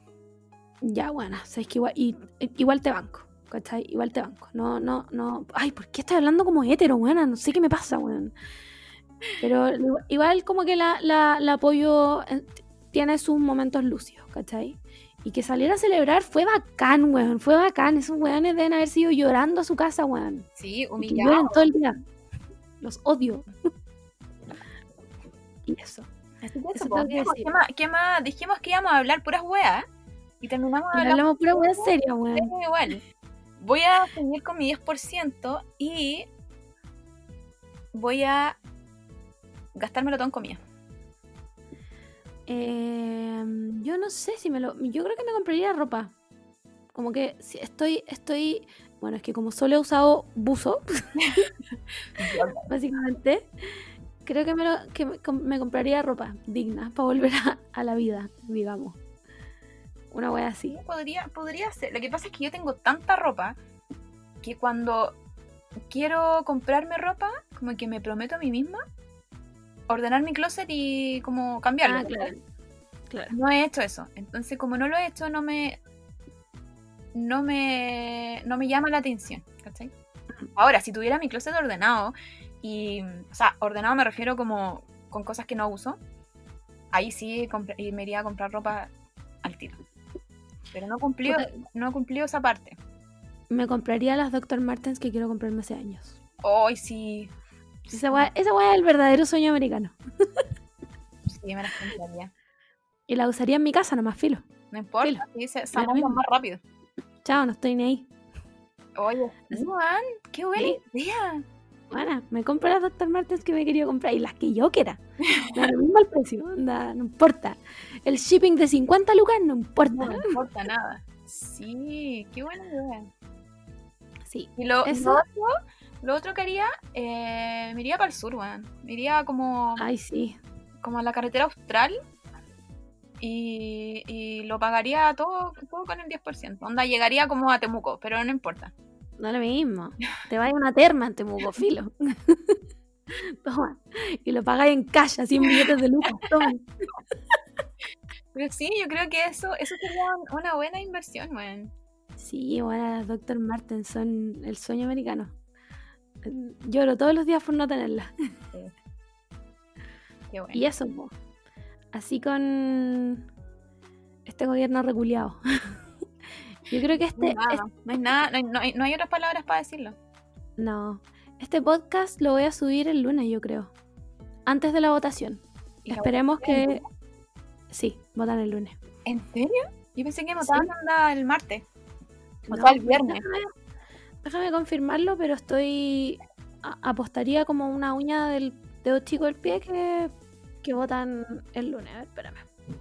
ya, bueno, sabes que igual te banco, ¿cachai? Igual te banco, no, ay, ¿por qué estás hablando como hétero, weón? No sé qué me pasa, weón. Pero igual como que la apoyo tiene sus momentos lúcidos, ¿cachai? Y que saliera a celebrar fue bacán, weón, fue bacán. Esos weones deben haber sido llorando a su casa, weón. Sí, humillados. Lloran todo el día. Los odio. Y eso. Así que eso tengo que decir. ¿Qué más? Dijimos que íbamos a hablar puras weas. Y terminamos hablamos puras weas serias, weón. Igual. Voy a seguir con mi 10% y voy a gastármelo todo en comida. Yo no sé si yo creo que me compraría ropa. Como que si estoy bueno, es que como solo he usado buzo básicamente, creo que me compraría ropa digna para volver a la vida, digamos. Una wea así. Podría ser. Lo que pasa es que yo tengo tanta ropa que cuando quiero comprarme ropa, como que me prometo a mí misma ordenar mi closet y como cambiarlo. Claro. No he hecho eso. Entonces, como no lo he hecho, no me llama la atención, ¿cachai? Ahora, si tuviera mi closet ordenado, o sea, ordenado me refiero como con cosas que no uso, ahí sí me iría a comprar ropa al tiro. Pero no he cumplido esa parte. Me compraría las Dr. Martens que quiero comprarme hace años. ¡Ay, sí! Esa weá es el verdadero sueño americano. Sí, me las compraría. Y la usaría en mi casa nomás, filo. No importa, sí, se amoldan más rápido. Chao, no estoy ni ahí. Oye, Juan, qué buena idea. Bueno, me compro las Dr. Martens que me quería comprar y las que yo quiera. Me da lo mismo el precio, no importa. El shipping de 50 lucas no importa. No importa nada. Sí, qué buena idea. Sí. Y lo otro que haría, me iría para el sur, weón. Me iría como... Ay, sí. Como a la carretera austral y lo pagaría todo con el 10%. Onda, llegaría como a Temuco, pero no importa. No es lo mismo. Te vas a una terma en Temuco, filo. Toma. Y lo pagáis en cash, así en billetes de lucas. Toma. Pero sí, yo creo que eso sería una buena inversión, weón. Sí, bueno, las Dr. Martens son el sueño americano. Lloro todos los días por no tenerla. Sí. Qué bueno. Y eso, po. Así con este gobierno reculeado. Yo creo que No hay otras palabras para decirlo. No. Este podcast lo voy a subir el lunes, yo creo. Antes de la votación. Esperemos que... Sí, votan el lunes. ¿En serio? Yo pensé que votaban el martes. O No, sea, el viernes. Déjame confirmarlo, pero apostaría como una uña del dedo chico del pie que votan el lunes. A ver, espérame.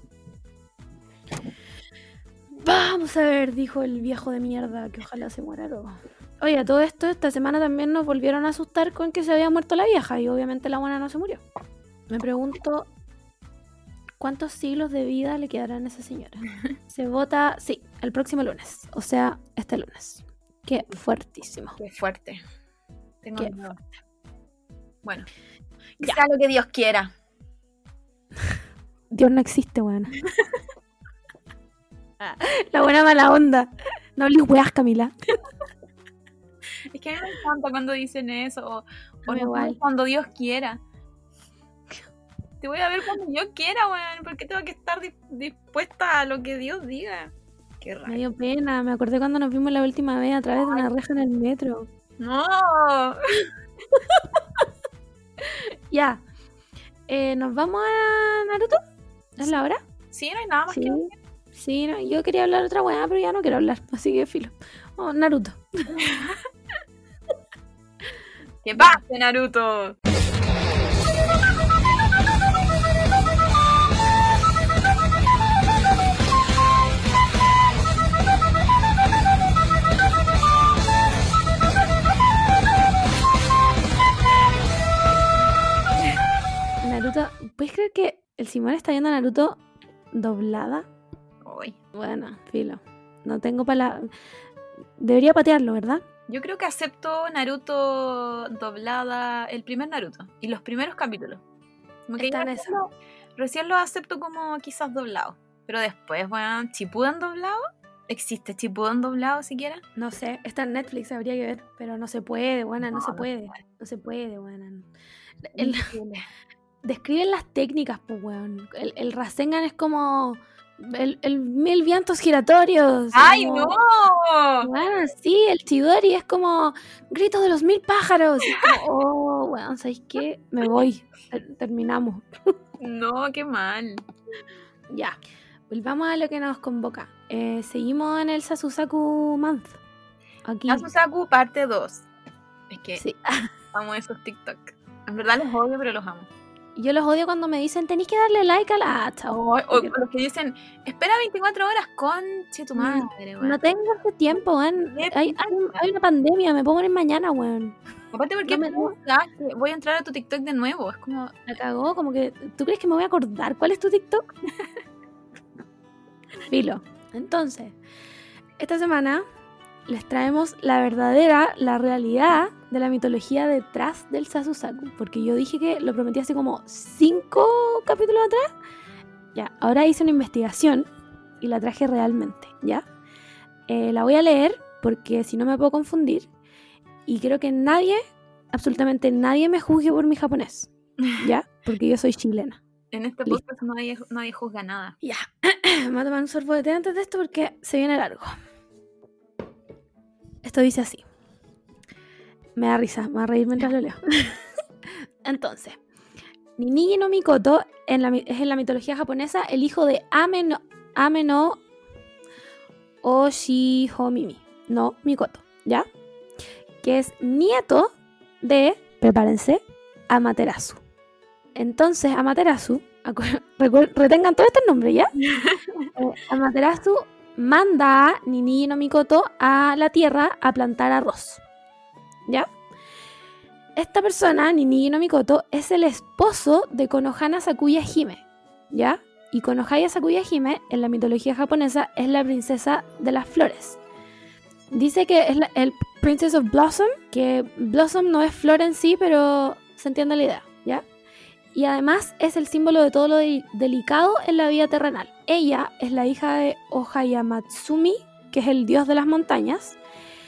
Vamos a ver, dijo el viejo de mierda, que ojalá se muera todo. Oye, a todo esto, esta semana también nos volvieron a asustar con que se había muerto la vieja y obviamente la buena no se murió. Me pregunto, ¿cuántos siglos de vida le quedarán a esa señora? Se vota, sí, el próximo lunes, o sea, este lunes. Qué fuertísimo. Qué fuerte. Tengo Qué miedo. fuerte. Bueno, que sea lo que Dios quiera. Dios no existe, weón. La buena mala onda. No hables weas, Camila. Es que a mí me encanta cuando dicen eso. O no, igual. cuando Dios quiera. Te voy a ver cuando yo quiera, weón. ¿Por qué tengo que estar dispuesta a lo que Dios diga? Qué raro. Me dio pena. Me acordé cuando nos vimos la última vez a través de una reja en el metro. ¡No! Ya. ¿Nos vamos a Naruto? ¿Es la hora? Sí, no hay nada más Sí. que decir. Sí, no, yo quería hablar otra weá, pero ya no quiero hablar. Así que filo. Oh, Naruto. ¡Que pase, Naruto! Naruto, ¿puedes creer que el Simón está viendo Naruto doblada? Uy. Bueno, filo. No tengo Debería patearlo, ¿verdad? Yo creo que acepto Naruto doblada, el primer Naruto y los primeros capítulos. Como que Está ya en eso. recién los acepto como quizás doblados. Pero después, bueno, ¿Shippuden doblado? ¿Existe Shippuden doblado siquiera? No sé, está en Netflix, habría que ver, pero no se puede, buena, no se no puede. No se puede, buena. Increíble. Describen las técnicas, pues, weón. El Rasengan es como el 1000 vientos giratorios. ¡Ay, como, no! Bueno, sí, el Chidori es como grito de los 1000 pájaros. Y es como, oh, weón, ¿sabes qué? Me voy. Terminamos. No, qué mal. Ya, volvamos a lo que nos convoca. Seguimos en el Sasusaku Month. Aquí. Sasusaku parte 2. Es que Sí. amo esos TikTok. En verdad los odio, pero los amo. Yo los odio cuando me dicen, tenéis que darle like a la hacha. O los que dicen, espera 24 horas, conche tu madre, weón. No tengo ese tiempo, weón. Hay una pandemia, me puedo morir mañana, weón. Aparte, ¿por qué No me pensás que voy a entrar a tu TikTok de nuevo? Es como... La cagó, como que... ¿Tú crees que me voy a acordar cuál es tu TikTok? Filo. Entonces, esta semana les traemos la realidad de la mitología detrás del Sasusaku. Porque yo dije que lo prometí hace como 5 capítulos atrás. Ya, ahora hice una investigación y la traje realmente, ¿ya? La voy a leer porque si no me puedo confundir. Y quiero que absolutamente nadie me juzgue por mi japonés, ¿ya? Porque yo soy chilena. En este podcast nadie juzga nada. Ya, me voy a tomar un sorbo de té antes de esto porque se viene largo. Esto dice así. Me da risa, me va a reír mientras lo leo. Entonces, Ninigi no Mikoto es en la mitología japonesa el hijo de Ame no Oshihomimi no Mikoto, ¿ya? Que es nieto de, prepárense, Amaterasu. Entonces, Amaterasu, retengan todos estos nombres, ¿ya? Amaterasu manda a Ninigi no Mikoto a la tierra a plantar arroz, ¿ya? Esta persona, Ninigi no Mikoto, es el esposo de Konohana Sakuya Hime, ¿ya? Y Konohana Sakuya Hime, en la mitología japonesa, es la princesa de las flores. Dice que es el Princess of Blossom, que Blossom no es flor en sí, pero se entiende la idea, ¿ya? Y además es el símbolo de todo lo delicado en la vida terrenal. Ella es la hija de Ohayamatsumi, que es el dios de las montañas,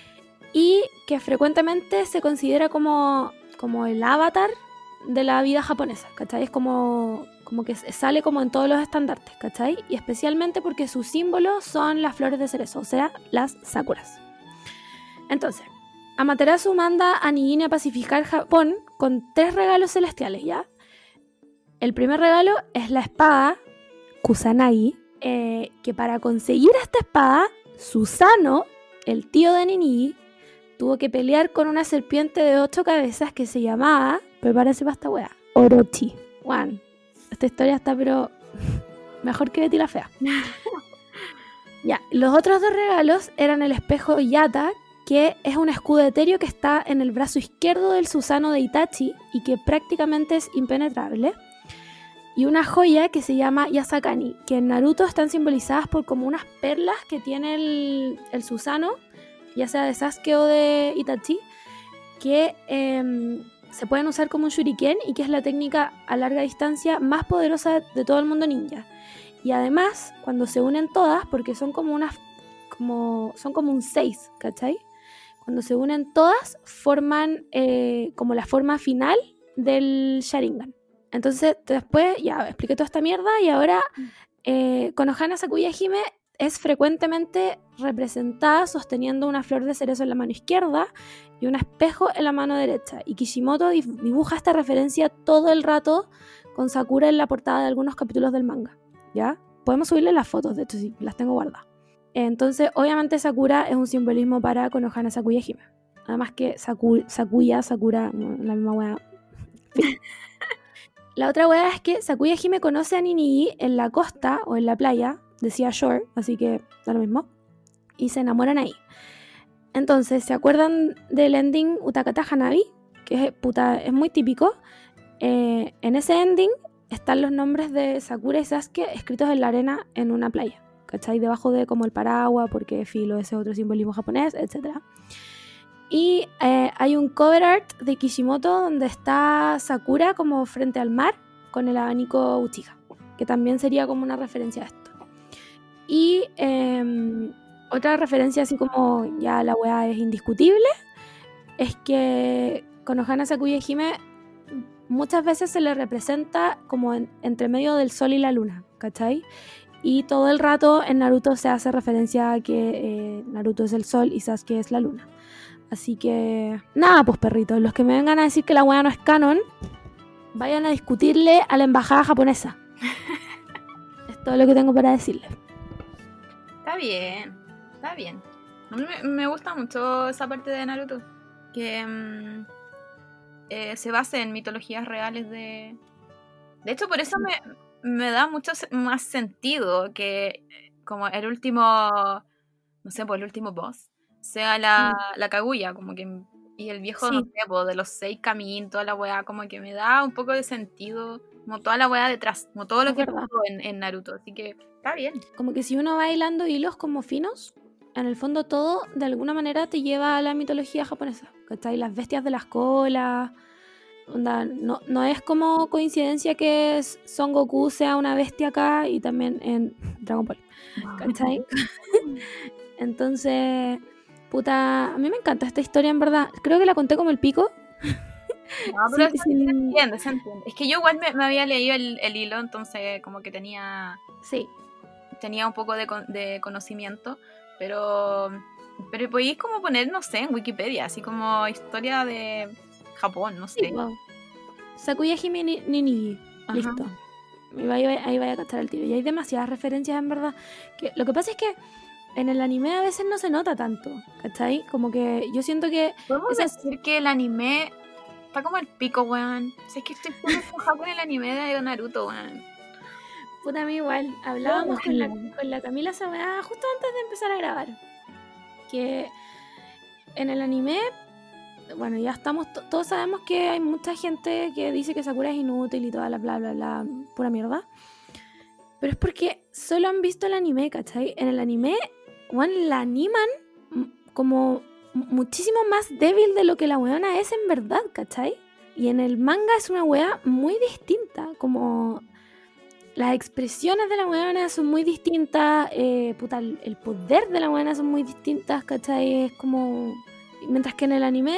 y que frecuentemente se considera como el avatar de la vida japonesa, ¿cachai? Es como que sale como en todos los estandartes, ¿cachai? Y especialmente porque sus símbolos son las flores de cerezo, o sea, las sakuras. Entonces, Amaterasu manda a Nigini a pacificar Japón con 3 regalos celestiales, ¿ya? El primer regalo es la espada Kusanagi, que para conseguir esta espada, Susanoo, el tío de Nini, tuvo que pelear con una serpiente de 8 cabezas que se llamaba, prepárense para esta wea, Orochi. Juan, esta historia está pero mejor que Betty la Fea. Ya, los otros 2 regalos eran el espejo Yata, que es un escudo etéreo que está en el brazo izquierdo del Susanoo de Itachi y que prácticamente es impenetrable. Y una joya que se llama Yasakani, que en Naruto están simbolizadas por como unas perlas que tiene el Susanoo, ya sea de Sasuke o de Itachi, que se pueden usar como un shuriken y que es la técnica a larga distancia más poderosa de todo el mundo ninja. Y además, cuando se unen todas, porque son como un 6, ¿cachai? Cuando se unen todas, forman como la forma final del Sharingan. Entonces, después, ya expliqué toda esta mierda y ahora Konohana Sakuya Hime es frecuentemente representada sosteniendo una flor de cerezo en la mano izquierda y un espejo en la mano derecha. Y Kishimoto dibuja esta referencia todo el rato con Sakura en la portada de algunos capítulos del manga, ¿ya? Podemos subirle las fotos, de hecho, sí, las tengo guardadas. Entonces, obviamente Sakura es un simbolismo para Konohana Sakuya Hime. Además que Sakura, la misma wea. La otra wea es que Sakuya Hime conoce a Ninigi en la costa o en la playa, decía Shore, así que da lo mismo, y se enamoran ahí. Entonces, ¿se acuerdan del ending Utakata Hanabi? Que es muy típico. En ese ending están los nombres de Sakura y Sasuke escritos en la arena en una playa, ¿cachai? Debajo de como el paraguas, porque filo, ese otro simbolismo japonés, etc. Y hay un cover art de Kishimoto donde está Sakura como frente al mar con el abanico Uchiha, que también sería como una referencia a esto. Y otra referencia así como ya la weá es indiscutible es que Konohana Sakuya Hime muchas veces se le representa como entre medio del sol y la luna, ¿cachai? Y todo el rato en Naruto se hace referencia a que Naruto es el sol y Sasuke es la luna. Así que, nada, pues perritos, los que me vengan a decir que la weá no es canon, vayan a discutirle a la embajada japonesa. Es todo lo que tengo para decirles. Está bien. A mí me gusta mucho esa parte de Naruto, que se basa en mitologías reales de hecho, por eso me da mucho más sentido que como el último, no sé, pues el último boss sea la Kaguya, como que, y el viejo, no sé, pues, de los 6 caminos, toda la weá, como que me da un poco de sentido, como toda la weá detrás, como todo lo que pasó en Naruto, así que está bien. Como que si uno va hilando hilos como finos, en el fondo todo de alguna manera te lleva a la mitología japonesa, ¿cachai? Las bestias de las colas, onda, no es como coincidencia que Son Goku sea una bestia acá y también en Dragon Ball, ¿cachai? Entonces, puta, a mí me encanta esta historia, en verdad. Creo que la conté como el pico. No, pero se entiende. Es que yo igual me había leído el hilo, entonces como que tenía un poco de conocimiento, pero podéis como poner, no sé, en Wikipedia, así como historia de Japón, no sé. Wow. Sakuya Hime Ninigi, listo. Ahí vaya a cachar el tiro. Y hay demasiadas referencias, en verdad. Lo que pasa es que en el anime a veces no se nota tanto, ¿cachai? Como que yo siento que... ¿Podemos decir que el anime está como el pico, weón? O sea, es que estoy muy enojada con el anime de Naruto, weón. Puta, a mí igual. Hablábamos con la Camila Sabada justo antes de empezar a grabar. Que en el anime... Bueno, ya estamos... Todos sabemos que hay mucha gente que dice que Sakura es inútil y toda la bla, bla, bla, pura mierda. Pero es porque solo han visto el anime, ¿cachai? En el anime, bueno, la animan como muchísimo más débil de lo que la weona es en verdad, ¿cachai? Y en el manga es una wea muy distinta, como las expresiones de la weona son muy distintas, el poder de la weona son muy distintas, ¿cachai? Es como Mientras que en el anime,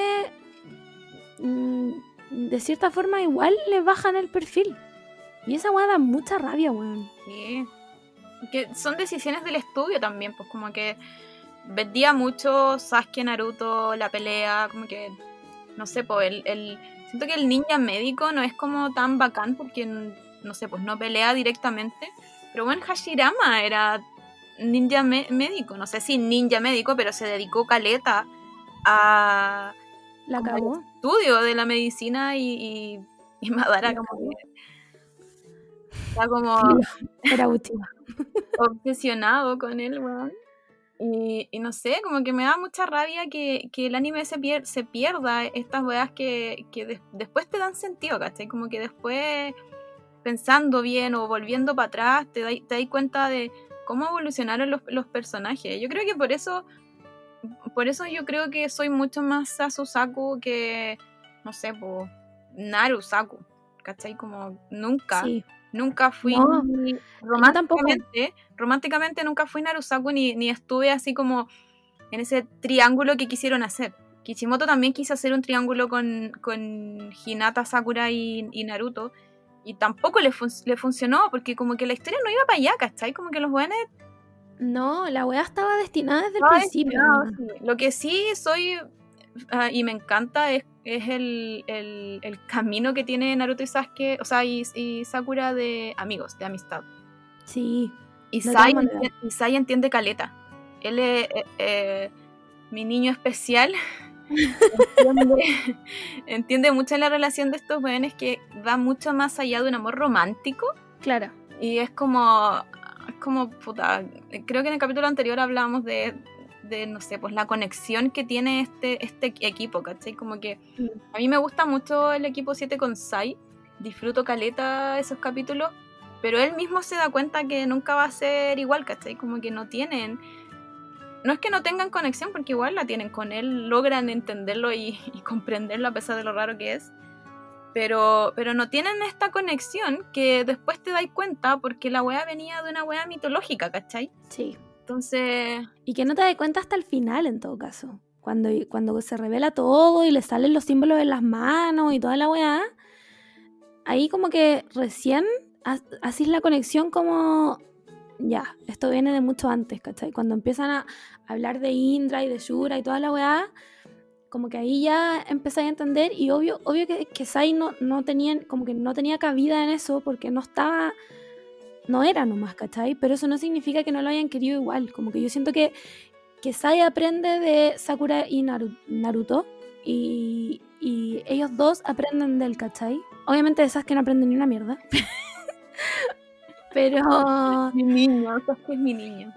de cierta forma, igual le bajan el perfil. Y esa weá da mucha rabia, weón. Sí. Que son decisiones del estudio también, pues como que vendía mucho Sasuke, Naruto, la pelea, como que, no sé, pues siento que el ninja médico no es como tan bacán porque, no sé, pues no pelea directamente. Pero bueno, Hashirama era ninja médico, no sé si ninja médico, pero se dedicó caleta a La cagó. estudio de la medicina y Madara como que está como Era Uchiha. obsesionado con él, weón. Y no sé, como que me da mucha rabia que el anime se pierda estas weas que después te dan sentido, ¿cachai? Como que después, pensando bien o volviendo para atrás, te das cuenta de cómo evolucionaron los personajes. Yo creo que por eso yo creo que soy mucho más Sasusaku que, no sé, pues, Narusaku, ¿cachai? Como nunca fui románticamente nunca fui Narusaku ni estuve así como en ese triángulo que quisieron hacer. Kishimoto también quiso hacer un triángulo con Hinata, Sakura y Naruto y tampoco le funcionó porque como que la historia no iba para allá, ¿cachai? Como que los buenos... No, la weá estaba destinada desde el principio. Sí. Lo que sí soy y me encanta es el camino que tiene Naruto y Sasuke, o sea, y Sakura de amigos, de amistad. Sí. Y Sai entiende caleta. Él es mi niño especial. entiende mucho la relación de estos jóvenes que va mucho más allá de un amor romántico. Claro. Y es como puta, creo que en el capítulo anterior hablábamos de no sé, pues la conexión que tiene este equipo, ¿cachai? Como que a mí me gusta mucho el equipo 7 con Sai, disfruto caleta esos capítulos, pero él mismo se da cuenta que nunca va a ser igual, ¿cachai? Como que no es que no tengan conexión, porque igual la tienen con él, logran entenderlo y comprenderlo a pesar de lo raro que es, pero no tienen esta conexión que después te das cuenta porque la wea venía de una wea mitológica, ¿cachai? Sí. Entonces... Y que no te das cuenta hasta el final, en todo caso. Cuando se revela todo y le salen los símbolos en las manos y toda la weá, ahí como que recién haces la conexión como... Ya, esto viene de mucho antes, ¿cachai? Cuando empiezan a hablar de Indra y de Shura y toda la weá, como que ahí ya empezáis a entender y obvio que Sai no tenía cabida en eso porque no era nomás, ¿cachai? Pero eso no significa que no lo hayan querido igual. Como que yo siento que Sai aprende de Sakura y Naruto y ellos dos aprenden del, ¿cachai? Obviamente de Sasuke no aprenden ni una mierda. Pero... Mi niño, Sasuke es mi niño.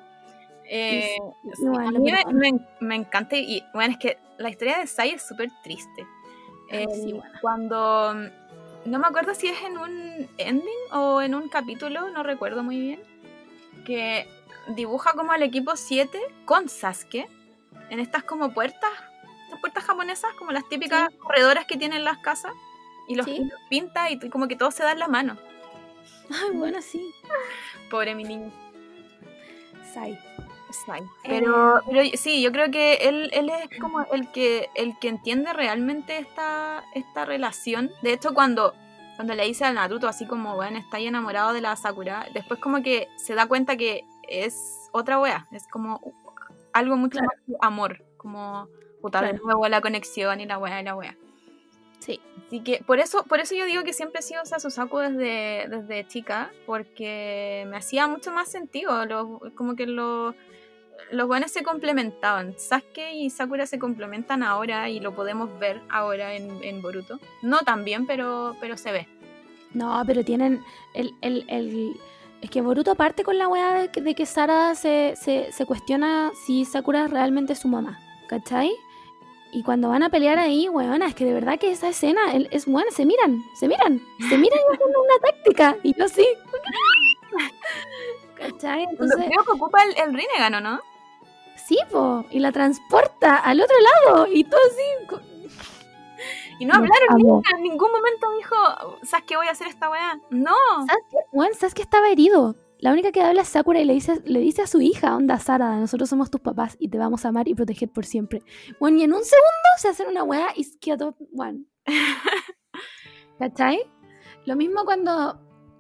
A mí me encanta y bueno, es que la historia de Sai es súper triste. Sí, bueno. Cuando... No me acuerdo si es en un ending o en un capítulo, no recuerdo muy bien, que dibuja como al equipo 7 con Sasuke en estas como estas puertas japonesas, como las típicas corredoras que tienen las casas, y los pinta y como que todos se dan la mano. Ay, bueno, sí. Pobre mi niño. Sai. Pero sí, yo creo que él es como el que entiende realmente esta relación. De hecho, cuando le dice al Naruto así como, bueno, está ahí enamorado de la Sakura, después como que se da cuenta que es otra wea, es como algo mucho más que amor, como puta, de nuevo la conexión y la wea. Sí. Así que por eso yo digo que siempre he sido Sasusaku desde chica, porque me hacía mucho más sentido, como que los buenos se complementaban. Sasuke y Sakura se complementan ahora y lo podemos ver ahora en Boruto. No tan bien, pero se ve. No, pero tienen es que Boruto parte con la weá de que Sara se cuestiona si Sakura es realmente su mamá, ¿cachai? Y cuando van a pelear ahí, weona, es que de verdad que esa escena es buena, se miran y hacen una táctica. Y yo sí. ¿Cachai? Entonces, creo que ocupa el Rinnegan, ¿no? Sí, po, y la transporta al otro lado y todo así. Y no hablaron nunca, en ningún momento dijo, ¿sabes qué voy a hacer esta weá? No. Sasuke estaba herido. la única que habla es Sakura y le dice a su hija, onda Sarada, nosotros somos tus papás y te vamos a amar y proteger por siempre. Bueno, y en un segundo se hacen una weá y queda todo, bueno. ¿Cachai? Lo mismo cuando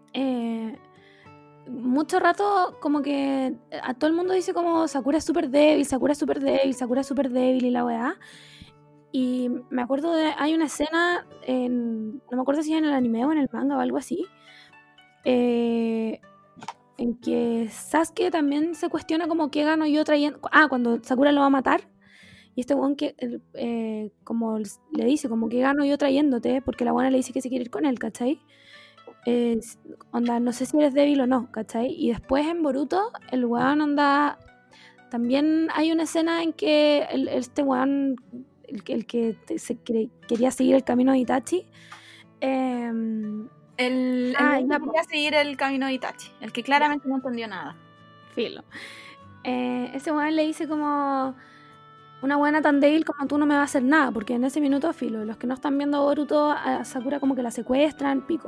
mucho rato como que a todo el mundo dice como Sakura es súper débil, Sakura es súper débil, Sakura es súper débil y la weá. Y me acuerdo hay una escena no me acuerdo si en el anime o en el manga o algo así, en que Sasuke también se cuestiona como qué gano yo trayendo, cuando Sakura lo va a matar y este weón que como le dice como qué gano yo trayéndote, porque la buena le dice que se quiere ir con él, ¿cachai? Onda, no sé si eres débil o no, ¿cachai? Y después en Boruto el weón onda, también hay una escena en que este weón, el que quería seguir el camino de Itachi, El ya, que quería seguir el camino de Itachi, el que claramente no entendió nada. filo. Ese weón le dice como una buena tan débil como tú no me va a hacer nada, porque en ese minuto, filo, los que no están viendo Boruto, a Sakura como que la secuestran, pico.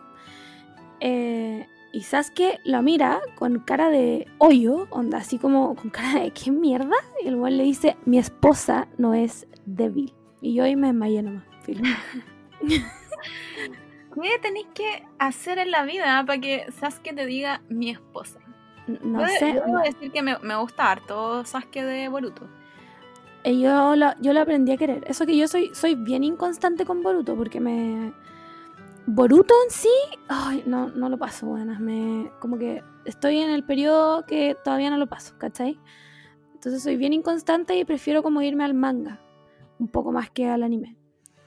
Y Sasuke lo mira con cara de hoyo, onda, así como con cara de ¿qué mierda? Y el weón le dice, mi esposa no es débil. Y yo ahí me desmayé nomás, filo. ¿Qué tenéis que hacer en la vida para que Sasuke te diga mi esposa? No sé. Yo debo decir que me gusta harto Sasuke de Boruto. Yo lo aprendí a querer. Eso que yo soy bien inconstante con Boruto, porque Boruto en sí, ay, no lo paso, buenas. Como que estoy en el periodo que todavía no lo paso, ¿cachai? Entonces soy bien inconstante y prefiero como irme al manga, un poco más que al anime.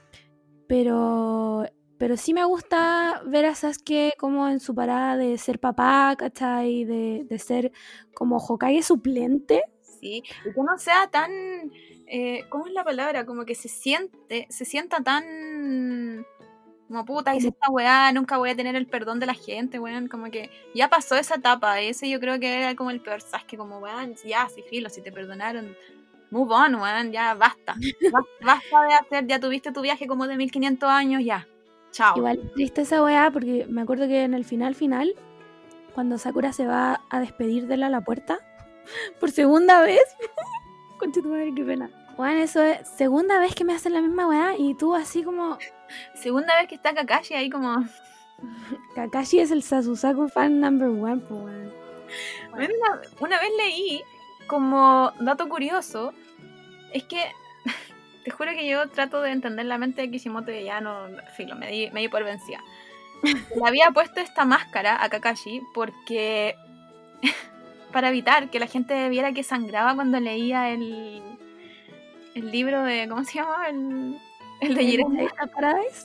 Pero sí me gusta ver a Sasuke como en su parada de ser papá, ¿cachai? De ser como Hokage suplente. Sí, y que no sea tan, ¿cómo es la palabra? Como que se sienta tan como puta, hice esta weá, nunca voy a tener el perdón de la gente, weón, como que ya pasó esa etapa, ese yo creo que era como el peor Sasuke, como weón, ya, sí, filo, si te perdonaron, move on, weón, ya basta, basta de hacer, ya tuviste tu viaje como de 1500 años, ya, chao. Igual triste esa weá, porque me acuerdo que en el final, cuando Sakura se va a despedir de él a la puerta, por segunda vez, concha tu madre, qué pena. Bueno, eso es segunda vez que me hacen la misma weá y tú así como... Segunda vez que está Kakashi ahí como... Kakashi es el Sasusaku fan number one, pues weón. Bueno. Una vez leí como dato curioso, es que te juro que yo trato de entender la mente de Kishimoto y ya no, filo, me di por vencida. Le había puesto esta máscara a Kakashi porque para evitar que la gente viera que sangraba cuando leía el libro de, ¿cómo se llama? El de Jiraiya Paradise.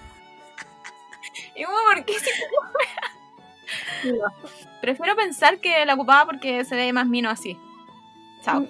Y como, ¿por qué si prefiero pensar que la ocupaba porque se ve más mino así. Chao.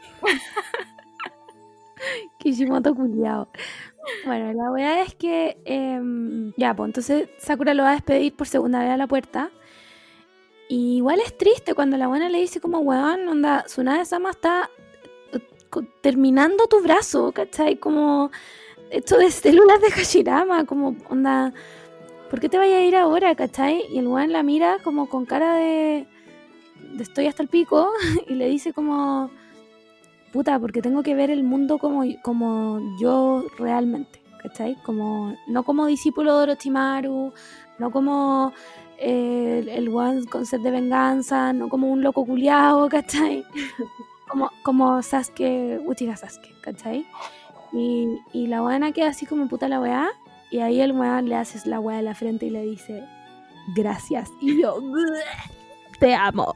Kishimoto culiao. Bueno, la weá es que ya, pues entonces Sakura lo va a despedir por segunda vez a la puerta. Y igual es triste cuando la buena le dice como, weón, onda, Tsunade-sama está terminando tu brazo, ¿cachai? Como hecho de células de Hashirama, como, onda, ¿por qué te vayas a ir ahora, cachai? Y el weón la mira como con cara de estoy hasta el pico y le dice como, puta, porque tengo que ver el mundo como yo realmente, ¿cachai? Como, no como discípulo de Orochimaru, no como el one con sed de venganza, no como un loco culiao, ¿cachai? como Sasuke, Uchiha Sasuke, ¿cachai? Y la buena queda así como puta la weá, y ahí el weón le haces la weá de la frente y le dice, gracias, y yo, te amo.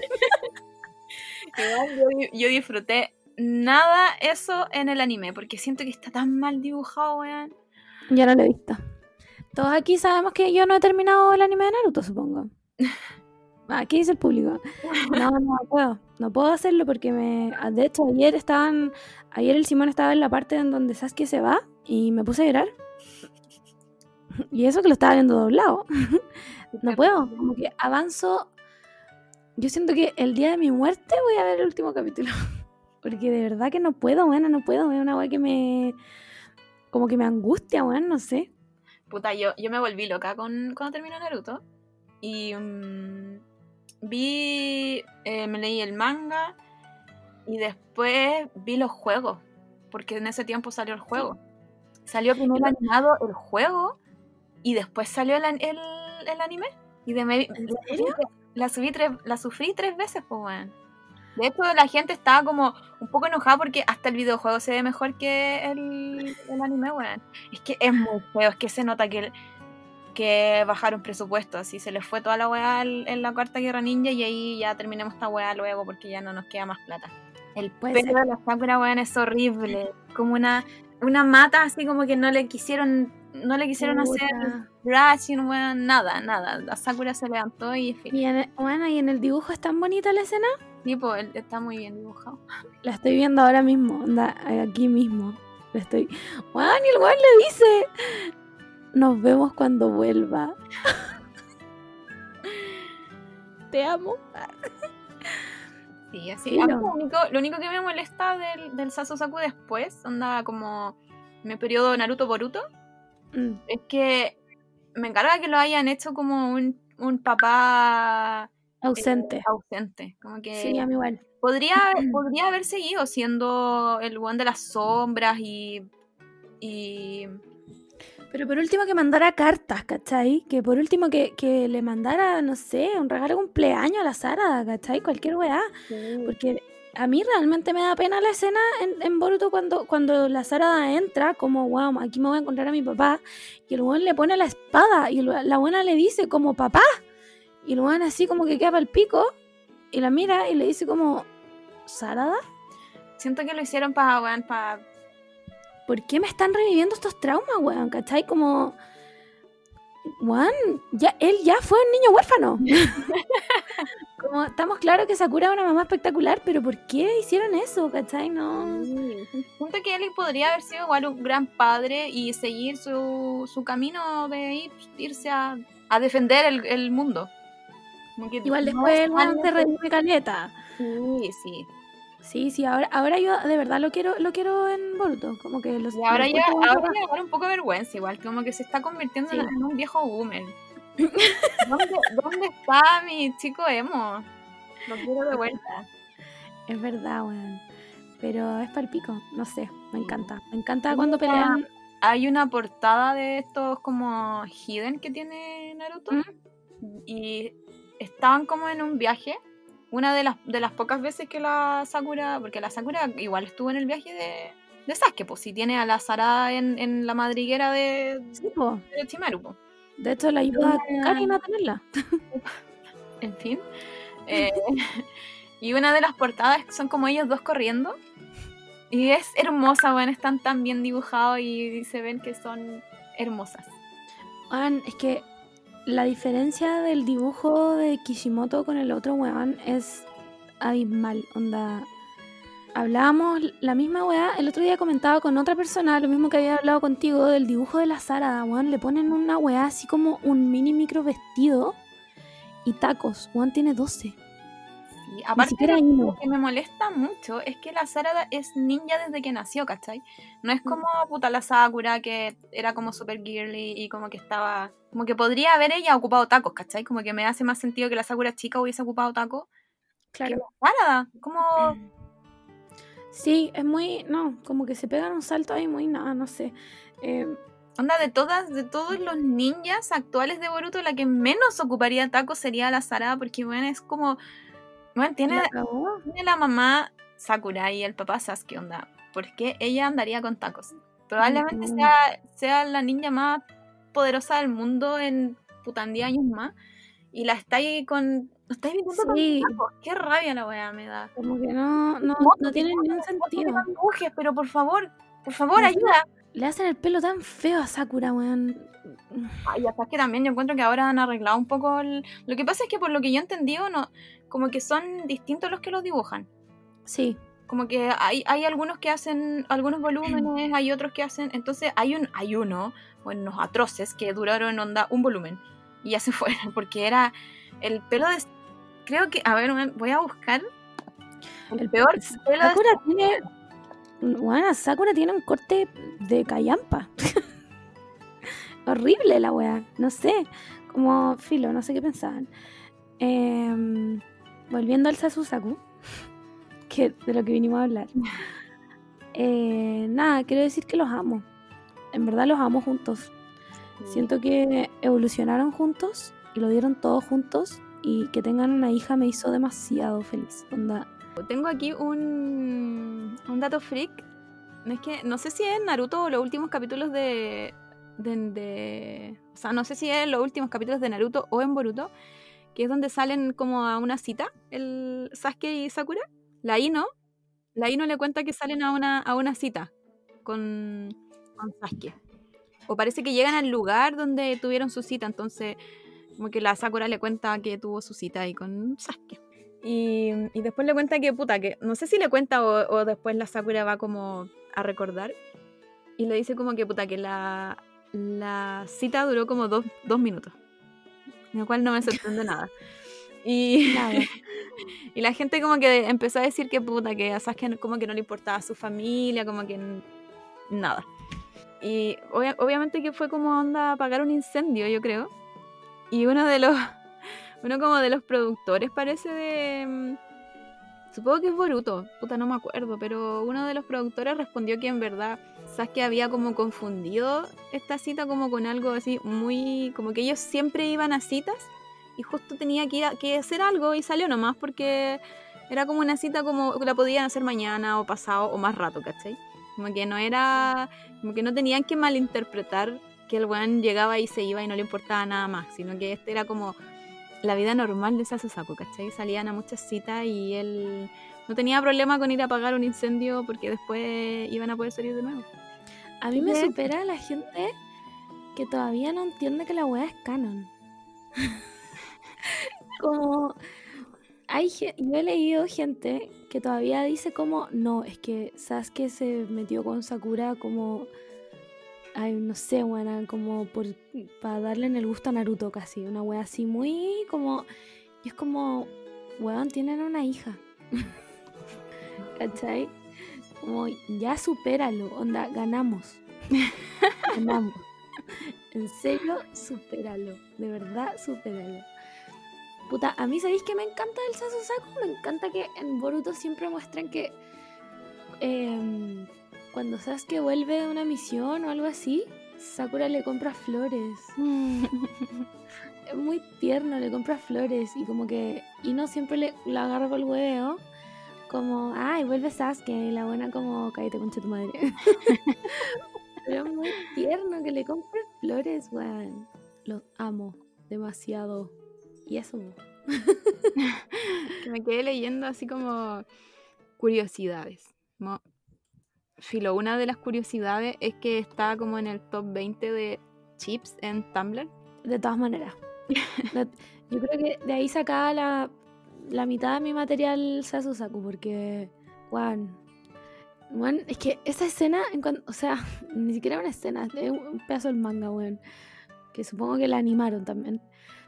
Igual yo disfruté nada eso en el anime, porque siento que está tan mal dibujado, weón. Ya no lo he visto. Todos aquí sabemos que yo no he terminado el anime de Naruto, supongo. ¿Qué dice el público? No puedo hacerlo porque de hecho ayer el Simón estaba en la parte en donde Sasuke se va y me puse a llorar. Y eso que lo estaba viendo doblado. No puedo, como que avanzo. Yo siento que el día de mi muerte voy a ver el último capítulo. Porque de verdad que no puedo, bueno, no puedo. Es una weá que como que me angustia, weón, no sé. Puta, yo me volví loca cuando terminó Naruto. Y me leí el manga y después vi los juegos, porque en ese tiempo salió el juego. Salió primero animado el juego y después salió el anime. Y ¿En serio? La sufrí 3 veces, pues, weón. De hecho, la gente estaba como un poco enojada porque hasta el videojuego se ve mejor que el anime, weón. Es que es muy feo, es que se nota que bajaron presupuesto, así se les fue toda la weá en la Cuarta Guerra Ninja y ahí ya terminemos esta weá luego porque ya no nos queda más plata. El pelo de la Sakura, weón, es horrible. Como una mata así como que no le quisieron hacer brushing, weón, nada. La Sakura se levantó y fin. ¿Y en el dibujo es tan bonita la escena? Sí, pues está muy bien dibujado. La estoy viendo ahora mismo, anda, aquí mismo. La estoy... Weón, y el weón le dice... Nos vemos cuando vuelva. Te amo. Sí, así. A mí lo único que me molesta del Sasosaku después, onda como mi periodo Naruto-Boruto, es que me encarga que lo hayan hecho como un papá ausente. Como que sí, a mí igual. Podría haber seguido siendo el one de las sombras y pero por último que mandara cartas, ¿cachai? Que por último que le mandara, no sé, un regalo de cumpleaños a la Sarada, ¿cachai? Cualquier weá. Sí. Porque a mí realmente me da pena la escena en Boruto cuando la Sarada entra, como, wow, aquí me voy a encontrar a mi papá. Y el weón le pone la espada y la buena le dice como, papá. Y el weón así como que queda para el pico y la mira y le dice como, ¿Sarada? Siento que lo hicieron para... ¿Por qué me están reviviendo estos traumas, weón? ¿Cachai? Como... Weón, él ya fue un niño huérfano. Como estamos claros que Sakura es una mamá espectacular, pero ¿por qué hicieron eso? ¿Cachai? No. Siento que él podría haber sido igual un gran padre y seguir su camino de irse a defender el mundo. Igual después el weón se redime caleta. Sí. Sí, ahora yo de verdad lo quiero en Boruto, como que y ahora me da un poco de vergüenza, igual, como que se está convirtiendo en un viejo boomer. ¿Dónde está mi chico emo? Lo quiero de vuelta. Es verdad, weón. Pero es palpico, no sé, me encanta cuando pelean. Hay una portada de estos como hidden que tiene Naruto y estaban como en un viaje. Una de las pocas veces que la Sakura, porque la Sakura igual estuvo en el viaje de Sasuke, pues si tiene a la Sarada en la madriguera de Orochimaru, pues. De hecho la ayuda a Karin a tenerla. En fin. Y una de las portadas son como ellos dos corriendo. Y es hermosa, bueno, están tan bien dibujados y se ven que son hermosas. Bueno, es que la diferencia del dibujo de Kishimoto con el otro weón es abismal, onda. Hablábamos la misma weá, el otro día comentaba con otra persona, lo mismo que había hablado contigo, del dibujo de la Sarada, weón, le ponen una weá así como un mini micro vestido y tacos, weón tiene 12. Sí, aparte lo que me molesta mucho es que la Sarada es ninja desde que nació, ¿cachai? No es como puta la Sakura que era como super girly y como que estaba... Como que podría haber ella ocupado tacos, ¿cachai? Como que me hace más sentido que la Sakura chica hubiese ocupado tacos. Claro. Que la Sarada, como... Sí, es muy... No, como que se pegan un salto ahí muy... no sé. Onda, de todos los ninjas actuales de Boruto, la que menos ocuparía tacos sería la Sarada, porque bueno, es como... Bueno, tiene la mamá Sakura y el papá Sasuke, onda. ¿Por qué ella andaría con tacos? Probablemente sea la ninja más poderosa del mundo en putan 10 años más. Y la estáis viendo con tacos. Qué rabia la weá me da. Como que no tiene ningún sentido. Pero por favor, ayuda. Le hacen el pelo tan feo a Sakura, weón. Ay, hasta que también yo encuentro que ahora han arreglado un poco Lo que pasa es que por lo que yo he entendido, no, como que son distintos los que los dibujan. Sí. Como que hay algunos que hacen algunos volúmenes, hay otros que hacen... Entonces hay unos atroces que duraron onda un volumen. Y ya se fueron, porque era el pelo de... Creo que... A ver, voy a buscar el peor pelo Sakura tiene... Bueno, Sakura tiene un corte de callampa. Horrible la weá. No sé. Como filo, no sé qué pensaban. Volviendo al Sasusaku, que de lo que vinimos a hablar. Nada, quiero decir que los amo. En verdad los amo juntos. Siento que evolucionaron juntos y lo dieron todo juntos, y que tengan una hija me hizo demasiado feliz. Onda. Tengo aquí un dato freak. Es que no sé si es Naruto o los últimos capítulos de o sea, no sé si es los últimos capítulos de Naruto o en Boruto, que es donde salen como a una cita el Sasuke y Sakura. La Ino le cuenta que salen a una cita con Sasuke. O parece que llegan al lugar donde tuvieron su cita, entonces como que la Sakura le cuenta que tuvo su cita ahí con Sasuke. Y después le cuenta que no sé si le cuenta o después la Sakura va como a recordar y le dice como que que la cita duró como dos minutos, lo cual no me sorprende nada. Y, Nada. y la gente como que empezó a decir que que a Sasuke como que no le importaba a su familia, como que nada. Y obviamente que fue como onda apagar un incendio, yo creo. Y uno como de los productores parece de... supongo que es Boruto, no me acuerdo, pero uno de los productores respondió que en verdad Sasuke había como confundido esta cita como con algo así muy... como que ellos siempre iban a citas y justo tenía que hacer algo y salió nomás porque era como una cita como que la podían hacer mañana o pasado o más rato, ¿cachai? Como que no era... como que no tenían que malinterpretar que el weón llegaba y se iba y no le importaba nada más, sino que este era como la vida normal de Sasusaku, ¿cachai? Salían a muchas citas y él no tenía problema con ir a apagar un incendio porque después iban a poder salir de nuevo. A mí me supera la gente que todavía no entiende que la weá es canon. Como yo he leído gente que todavía dice como, no, es que Sasuke se metió con Sakura como, ay, no sé, buena, como para darle en el gusto a Naruto casi, una wea así muy como, y es como, weón, tienen una hija. ¿Cachai? Como, ya supéralo, onda, ganamos. Ganamos. En serio, supéralo, de verdad, supéralo. Puta, a mí, ¿sabéis que me encanta del Sasusaku? Me encanta que en Boruto siempre muestran que cuando Sasuke vuelve de una misión o algo así, Sakura le compra flores. Es muy tierno, le compra flores y como que Ino siempre la agarra por el hueveo, como, ay, vuelve Sasuke, y la buena como, cállate concha tu madre. Pero es muy tierno que le compre flores, weón. Los amo demasiado. Y eso. Que me quedé leyendo así como curiosidades. Filo, una de las curiosidades es que está como en el top 20 de chips en Tumblr. De todas maneras. Yo creo que de ahí sacaba la mitad de mi material Sasusaku, porque, weón, es que esa escena, o sea, ni siquiera una escena, es un pedazo del manga, weón, que supongo que la animaron también.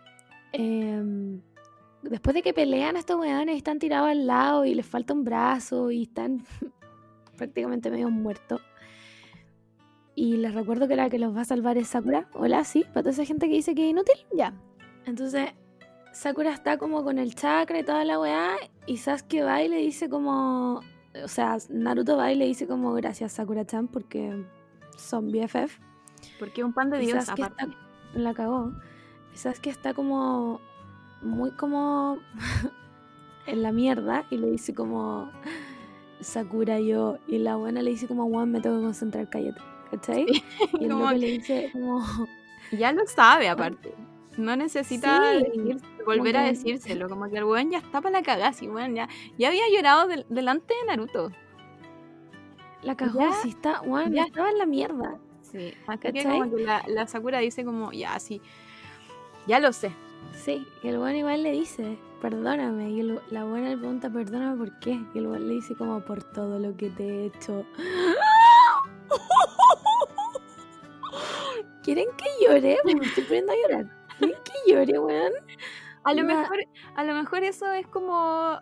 Después de que pelean estos weones, están tirados al lado y les falta un brazo y están prácticamente medio muertos. Y les recuerdo que la que los va a salvar es Sakura. Hola, sí, para toda esa gente que dice que es inútil, ya. Entonces, Sakura está como con el chakra y toda la weá, y Sasuke va y le dice como... O sea, Naruto va y le dice como gracias Sakura-chan porque son BFF. Porque un pan de Dios aparte. La cagó. Y Sasuke está como... muy como... en la mierda, y le dice como... Sakura, yo... Y la buena le dice como, Juan, me tengo que concentrar, cállate. ¿Cachai? Sí. Y el loco le dice como... Ya lo sabe aparte. No necesita volver a decírselo. Como que el weón ya está para la cagada. Sí, weón, ya había llorado delante de Naruto. La cagó, sí está, weón, ya estaba en la mierda. Sí, acá que como que la Sakura dice como, ya, sí, ya lo sé. Sí, y el weón igual le dice, perdóname. Y la buena le pregunta, perdóname, ¿por qué? Y el weón le dice como, por todo lo que te he hecho. ¿Quieren que llore? Me estoy poniendo a llorar. ¿Quieren que llore, weón? A lo mejor eso es como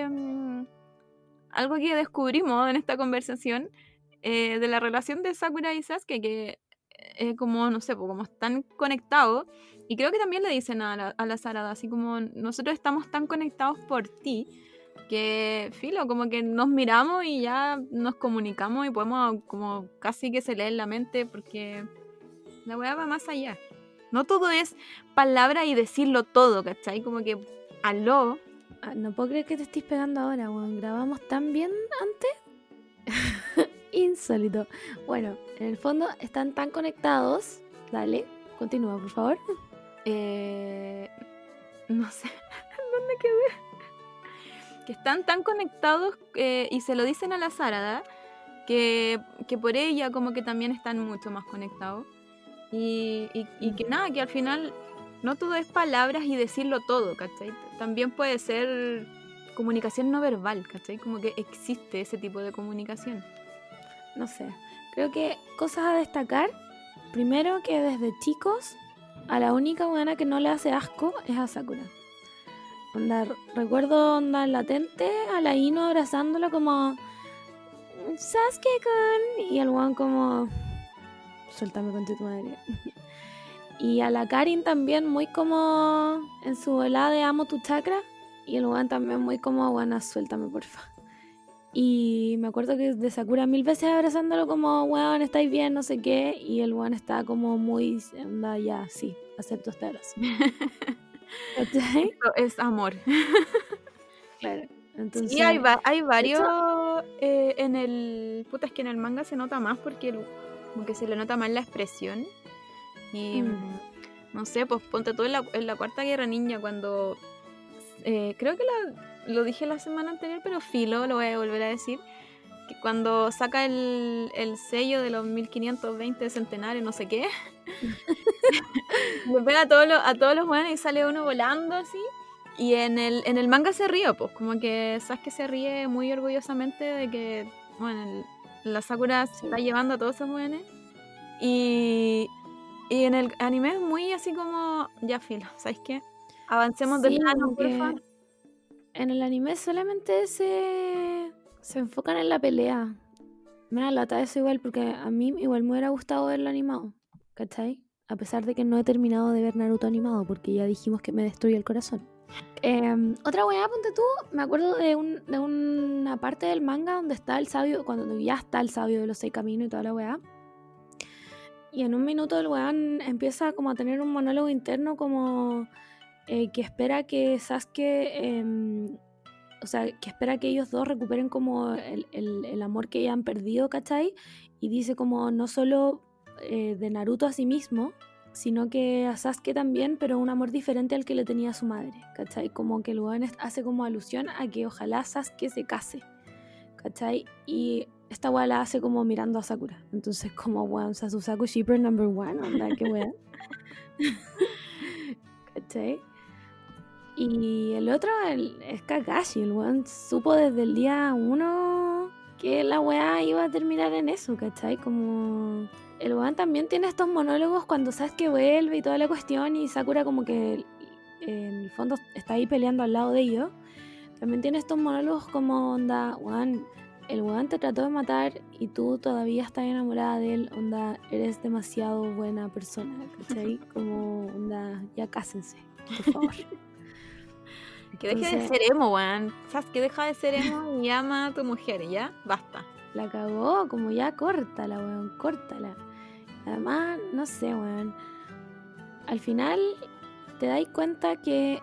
algo que descubrimos en esta conversación de la relación de Sakura y Sasuke, que como, no sé, pues, como están conectados. Y creo que también le dicen a la Sarada, así como nosotros estamos tan conectados por ti que, filo, como que nos miramos y ya nos comunicamos y podemos como casi que se lee en la mente porque la weá va más allá. No todo es palabra y decirlo todo, ¿cachai? Como que, aló. No puedo creer que te estés pegando ahora, weón. Grabamos tan bien antes. Insólito. Bueno, en el fondo están tan conectados. Dale, continúa, por favor. No sé dónde quedé. Que están tan conectados y se lo dicen a la Sarada que por ella como que también están mucho más conectados. Y que nada, que al final no todo es palabras y decirlo todo, ¿cachai? También puede ser comunicación no verbal, ¿cachai? Como que existe ese tipo de comunicación. No sé, creo que cosas a destacar. Primero, que desde chicos a la única buena que no le hace asco es a Sakura. Onda, recuerdo onda latente a la Ino abrazándolo como Sasuke-kun, y el weón como suéltame con tu madre. Y a la Karin también muy como en su volada de amo tu chakra, y el weón también muy como buena, suéltame porfa. Y me acuerdo que de Sakura 1000 veces abrazándolo como weón, estáis bien, no sé qué, y el weón está como muy onda, ya, sí, acepto este abrazo. ¿Cachai? Eso es amor. Claro. Entonces, sí, hay varios en el... Puta, es que en el manga se nota más porque como que se le nota más la expresión. Y no sé, pues ponte tú en la Cuarta Guerra Ninja cuando... creo que lo dije la semana anterior, pero filo, lo voy a volver a decir. Que cuando saca el sello de los 1520 centenarios, no sé qué, le pega a todos los buenos y sale uno volando así. Y en el manga se ríe, pues, como que Sasuke se ríe muy orgullosamente de que, bueno, la Sakura se está llevando a todos esos buenos. Y en el anime es muy así como, ya filo, ¿sabes qué? Avancemos de plano, porfa. En el anime solamente se enfocan en la pelea. Me da lata eso igual, porque a mí igual me hubiera gustado verlo animado, ¿cachai? A pesar de que no he terminado de ver Naruto animado, porque ya dijimos que me destruye el corazón. Otra weá, ponte tú, me acuerdo de una parte del manga donde está el sabio, cuando ya está el sabio de los 6 caminos y toda la weá. Y en un minuto el weón empieza como a tener un monólogo interno como que espera que Sasuke, o sea, que espera que ellos dos recuperen como el amor que ya han perdido, ¿cachai? Y dice como no solo de Naruto a sí mismo, sino que a Sasuke también, pero un amor diferente al que le tenía a su madre, ¿cachai? Como que el weón hace como alusión a que ojalá Sasuke se case, ¿cachai? Y esta weá la hace como mirando a Sakura. Entonces como weón, Sasusaku shipper number 1, onda, qué weá. ¿Cachai? Y el otro es Kakashi, el weón supo desde el día 1 que la weá iba a terminar en eso, ¿cachai? Como... El weón también tiene estos monólogos cuando sabes que vuelve y toda la cuestión y Sakura como que en el fondo está ahí peleando al lado de ellos. También tiene estos monólogos como onda, weón, el weón te trató de matar y tú todavía estás enamorada de él, onda, eres demasiado buena persona, ¿cachai? Como onda, ya cásense, por favor. Que deje de ser emo, weón. ¿Sabes? Que deja de ser emo y ama a tu mujer, ¿ya? Basta. La cagó, como ya córtala, weón, córtala. Además, no sé, weón. Al final te dais cuenta que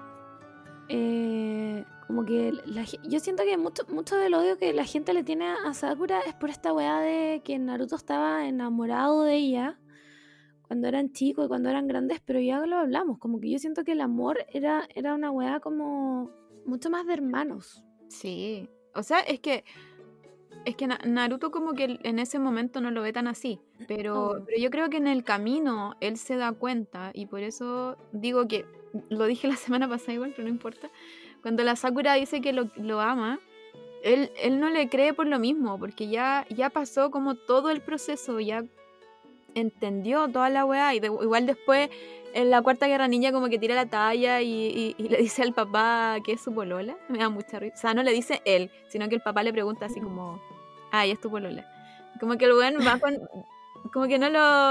como que yo siento que mucho del odio que la gente le tiene a Sakura es por esta weá de que Naruto estaba enamorado de ella cuando eran chicos y cuando eran grandes, pero ya lo hablamos, como que yo siento que el amor era una weá como mucho más de hermanos. Sí, o sea, es que Naruto como que en ese momento no lo ve tan así, pero yo creo que en el camino él se da cuenta y por eso digo que, lo dije la semana pasada igual, pero no importa, cuando la Sakura dice que lo ama, él no le cree por lo mismo, porque ya pasó como todo el proceso, ya entendió toda la weá, y igual después en la Cuarta Guerra Ninja como que tira la talla y le dice al papá que es su polola. Me da mucha risa. O sea, no le dice él, sino que el papá le pregunta así como, ay, es tu polola. Como que el weón va como que no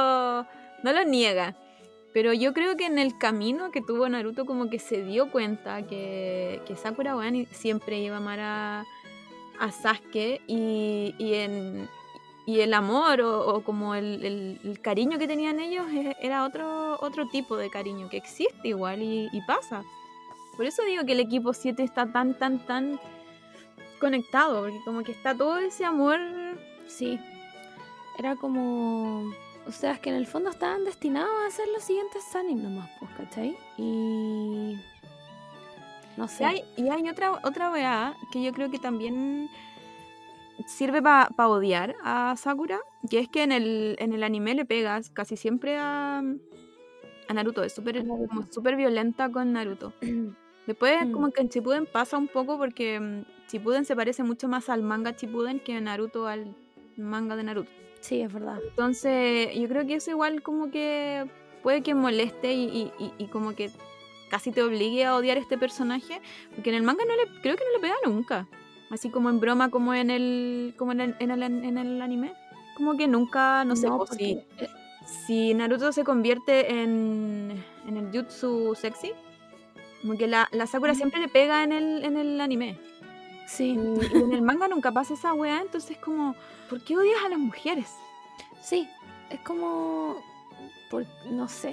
lo niega. Pero yo creo que en el camino que tuvo Naruto como que se dio cuenta que Sakura, weón, siempre iba a amar a Sasuke y el amor o como el cariño que tenían ellos era otro tipo de cariño que existe igual y pasa. Por eso digo que el equipo 7 está tan conectado, porque como que está todo ese amor. Sí, era como... O sea, es que en el fondo estaban destinados a ser los siguientes Sannin nomás, pues, ¿cachai? Y... No sé. Y hay otra weá que yo creo que también sirve para odiar a Sakura, que es que en el anime le pegas casi siempre a Naruto. Es como súper violenta con Naruto. Después como que en Shippuden pasa un poco porque Shippuden se parece mucho más al manga Shippuden que Naruto al manga de Naruto. Sí, es verdad. Entonces yo creo que eso igual como que puede que moleste y como que casi te obligue a odiar este personaje, porque en el manga creo que no le pega nunca, así como en broma como en el anime, como que nunca, no sé, porque... si Naruto se convierte en el jutsu sexy, como que la Sakura siempre le pega en el anime. Sí. Y en el manga nunca pasa esa weá, entonces como, ¿por qué odias a las mujeres? Sí, es como... no sé.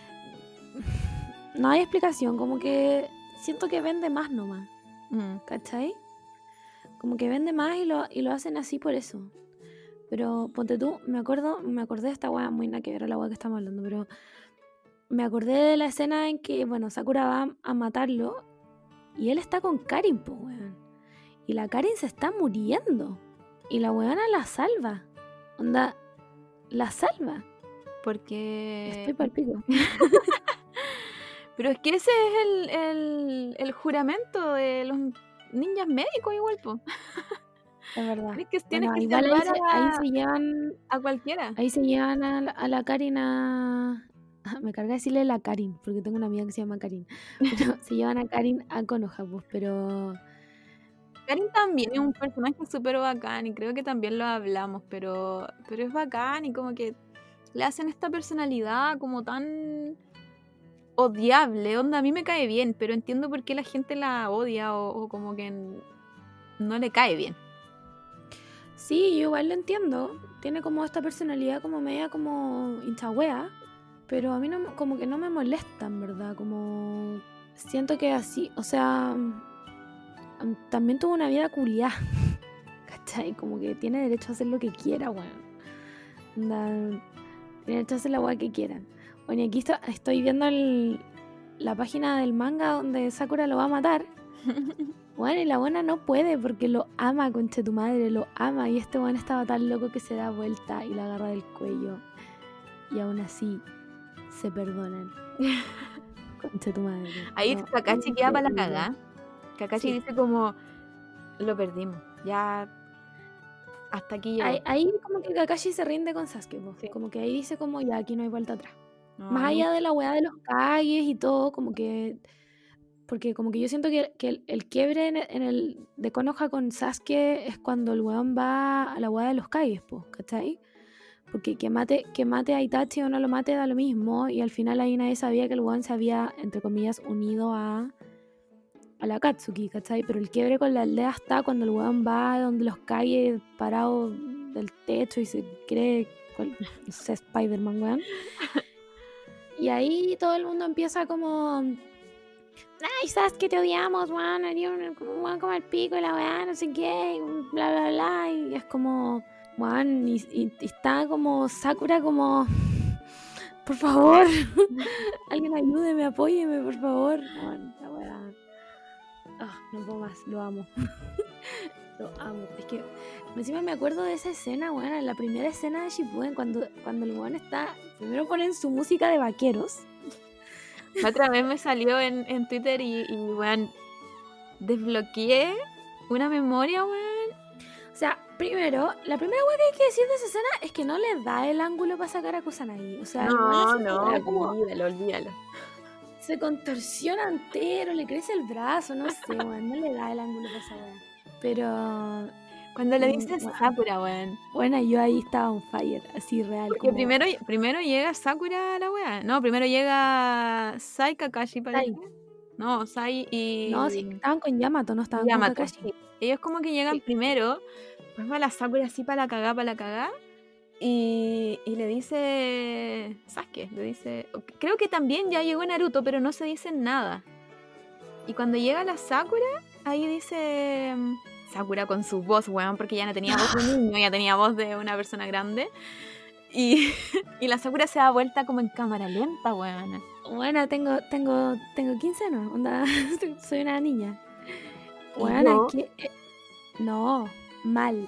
No hay explicación, como que siento que vende más nomás, ¿cachai? Como que vende más y lo hacen así por eso. Pero ponte tú, me acordé de esta weá, muy nada que ver a la weá que estamos hablando, pero me acordé de la escena en que, bueno, Sakura va a matarlo y él está con Karin, po, weón. Y la Karin se está muriendo. Y la weona la salva. Onda, la salva. Porque... Estoy pa'l pico. Pero es que ese es el juramento de los ninjas médicos igual, po. Es verdad. Tienes que igual salvar ahí se llevan... a cualquiera. Ahí se llevan a la Karin a... Me carga decirle la Karin, porque tengo una amiga que se llama Karin. Pero se llevan a Karin a Konoha, pues, pero... Karin también es un personaje súper bacán y creo que también lo hablamos, pero es bacán y como que le hacen esta personalidad como tan odiable. Onda, a mí me cae bien, pero entiendo por qué la gente la odia o como que no le cae bien. Sí, yo igual lo entiendo. Tiene como esta personalidad como media como hinchagüea, pero a mí no, como que no me molesta, en verdad. Como siento que así, o sea, también tuvo una vida culiada, ¿cachai? Como que tiene derecho a hacer lo que quiera, weón. Tiene derecho a hacer la weá que quieran. Bueno, y aquí estoy viendo la página del manga donde Sakura lo va a matar. Bueno, y la buena no puede porque lo ama, conche tu madre, lo ama. Y este weón estaba tan loco que se da vuelta y la agarra del cuello. Y aún así se perdonan. Conche tu madre. Ahí No, Kakashi queda para la cagada. Kakashi sí. dice como, lo perdimos, ya hasta aquí llegó. Ahí como que Kakashi se rinde con Sasuke, po. Sí. Como que ahí dice como ya aquí no hay vuelta atrás. No, Más allá de la weá de los Kages y todo, como que... Porque como que yo siento que el quiebre de Konoha con Sasuke es cuando el weón va a la weá de los Kages, po, ¿cachai? Porque que mate a Itachi o no lo mate da lo mismo, y al final ahí nadie sabía que el weón se había, entre comillas, unido a la Akatsuki, ¿cachai? Pero el quiebre con la aldea está cuando el weón va donde los Kages parados del techo y se cree, no sé, Spider-Man, weón. Y ahí todo el mundo empieza como... Ay, ¿sabes que te odiamos, weón? Weón como el pico y la weá, no sé qué, y bla, bla, bla. Y es como, weón, y está como Sakura como, por favor, alguien ayúdeme, apóyeme, por favor. Weón, la weá. No puedo más, lo amo. Lo amo. Es que encima me acuerdo de esa escena, weón, en la primera escena de Shippuden, cuando el weón está, primero ponen su música de vaqueros. La otra vez me salió en Twitter y weón, desbloqueé una memoria, weón. O sea, primero, la primera weá que hay que decir de esa escena es que no le da el ángulo para sacar a Kusanagi. O sea, olvídalo. Se contorsiona entero, le crece el brazo, no sé, weón, no le da el ángulo para esa weá. Cuando le dice Bueno. Sakura, weón. Bueno, yo ahí estaba on fire, así real. Porque como... primero llega Sakura a la wea. No, primero llega Sai Kakashi, parece. Sai. No, Sai No, sí, estaban con Yamato, no estaban con Yamato. Kakashi. Sí. Ellos como que llegan Sí. primero, pues va la Sakura así para la cagá. Y le dice Sasuke, le dice... Creo que también ya llegó Naruto, pero no se dice nada. Y cuando llega la Sakura, ahí dice... Sakura con su voz, weón, porque ya no tenía voz de niño, ya tenía voz de una persona grande. Y la Sakura se da vuelta como en cámara lenta, weón. Bueno, tengo 15 años, onda, soy una niña. ¿Y Bueno, yo? que... no, mal.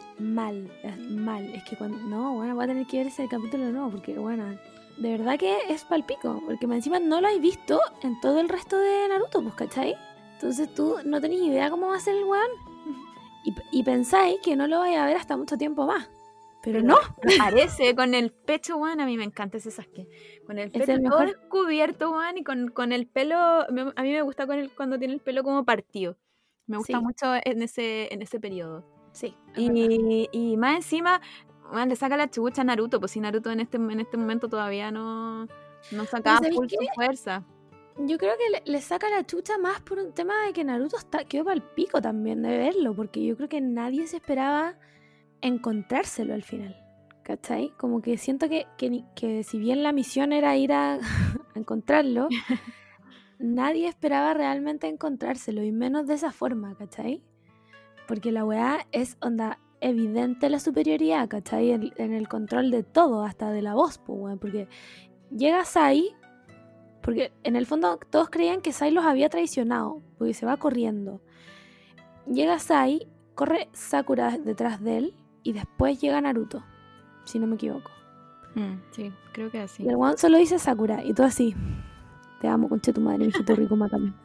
Es que cuando... No, bueno, voy a tener que ver ese capítulo nuevo, porque, bueno, de verdad que es palpico, porque encima no lo has visto en todo el resto de Naruto, pues, ¿cachai? Entonces tú no tenés idea cómo va a ser el weón. Y pensáis que no lo vais a ver hasta mucho tiempo más. Pero no. Aparece con el pecho, weón. A mí me encanta ese Sasuke. Con el pecho todo descubierto, weón. Y con el pelo. A mí me gusta cuando tiene el pelo como partido. Me gusta mucho en ese periodo. Sí. Y más encima, weón, le saca la chucha a Naruto. Pues si Naruto en este momento todavía no sacaba full su fuerza. Yo creo que le saca la chucha más por un tema de que Naruto quedó para el pico también de verlo, porque yo creo que nadie se esperaba encontrárselo al final, ¿cachai? Como que siento que si bien la misión era ir a encontrarlo, nadie esperaba realmente encontrárselo, y menos de esa forma, ¿cachai? Porque la weá es onda evidente la superioridad, ¿cachai? En el control de todo, hasta de la voz, pues, weón, porque llega Sai. Porque en el fondo todos creían que Sai los había traicionado, porque se va corriendo. Llega Sai, corre Sakura detrás de él, y después llega Naruto, si no me equivoco. Sí, creo que así. Y el one solo dice Sakura, y todo así. Te amo, conche tu madre, mijito rico, mátame.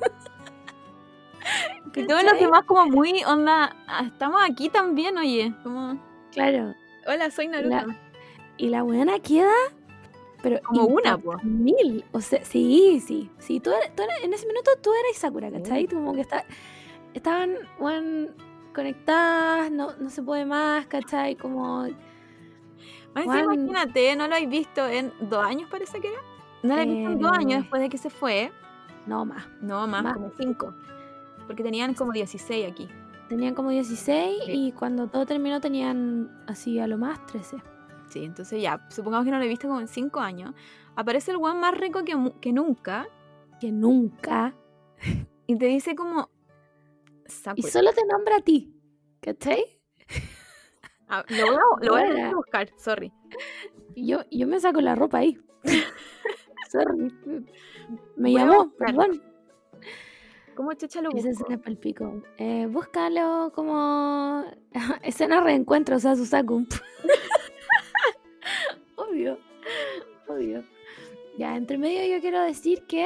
Y todos los demás como muy onda, estamos aquí también, oye. Como... Claro. Hola, soy Naruto. Y la buena queda... Pero como una, po. Mil. O sea, sí. Tú en ese minuto tú eras Sakura, ¿cachai? Como que estaban conectadas, no se puede más, ¿cachai? Como... imagínate, no lo habéis visto en 2 años, parece que era. No lo habéis visto en 2 años después de que se fue. No, más. No, más como 5. Porque tenían como 16 aquí. Tenían como 16 sí. Y cuando todo terminó tenían así a lo más 13. Sí, entonces ya, supongamos que no lo he visto como en 5 años. Aparece el weón más rico que nunca. Que nunca. Y te dice como... Sakura. Y solo te nombra a ti, ¿cachai? Lo voy a buscar, sorry. Yo me saco la ropa ahí. Sorry. Me llamó, perdón. ¿Cómo chucha lo busco? Esa escena es palpico. Búscalo como... escena reencuentro, o sea, Susaku. Obvio. Ya, entre medio yo quiero decir que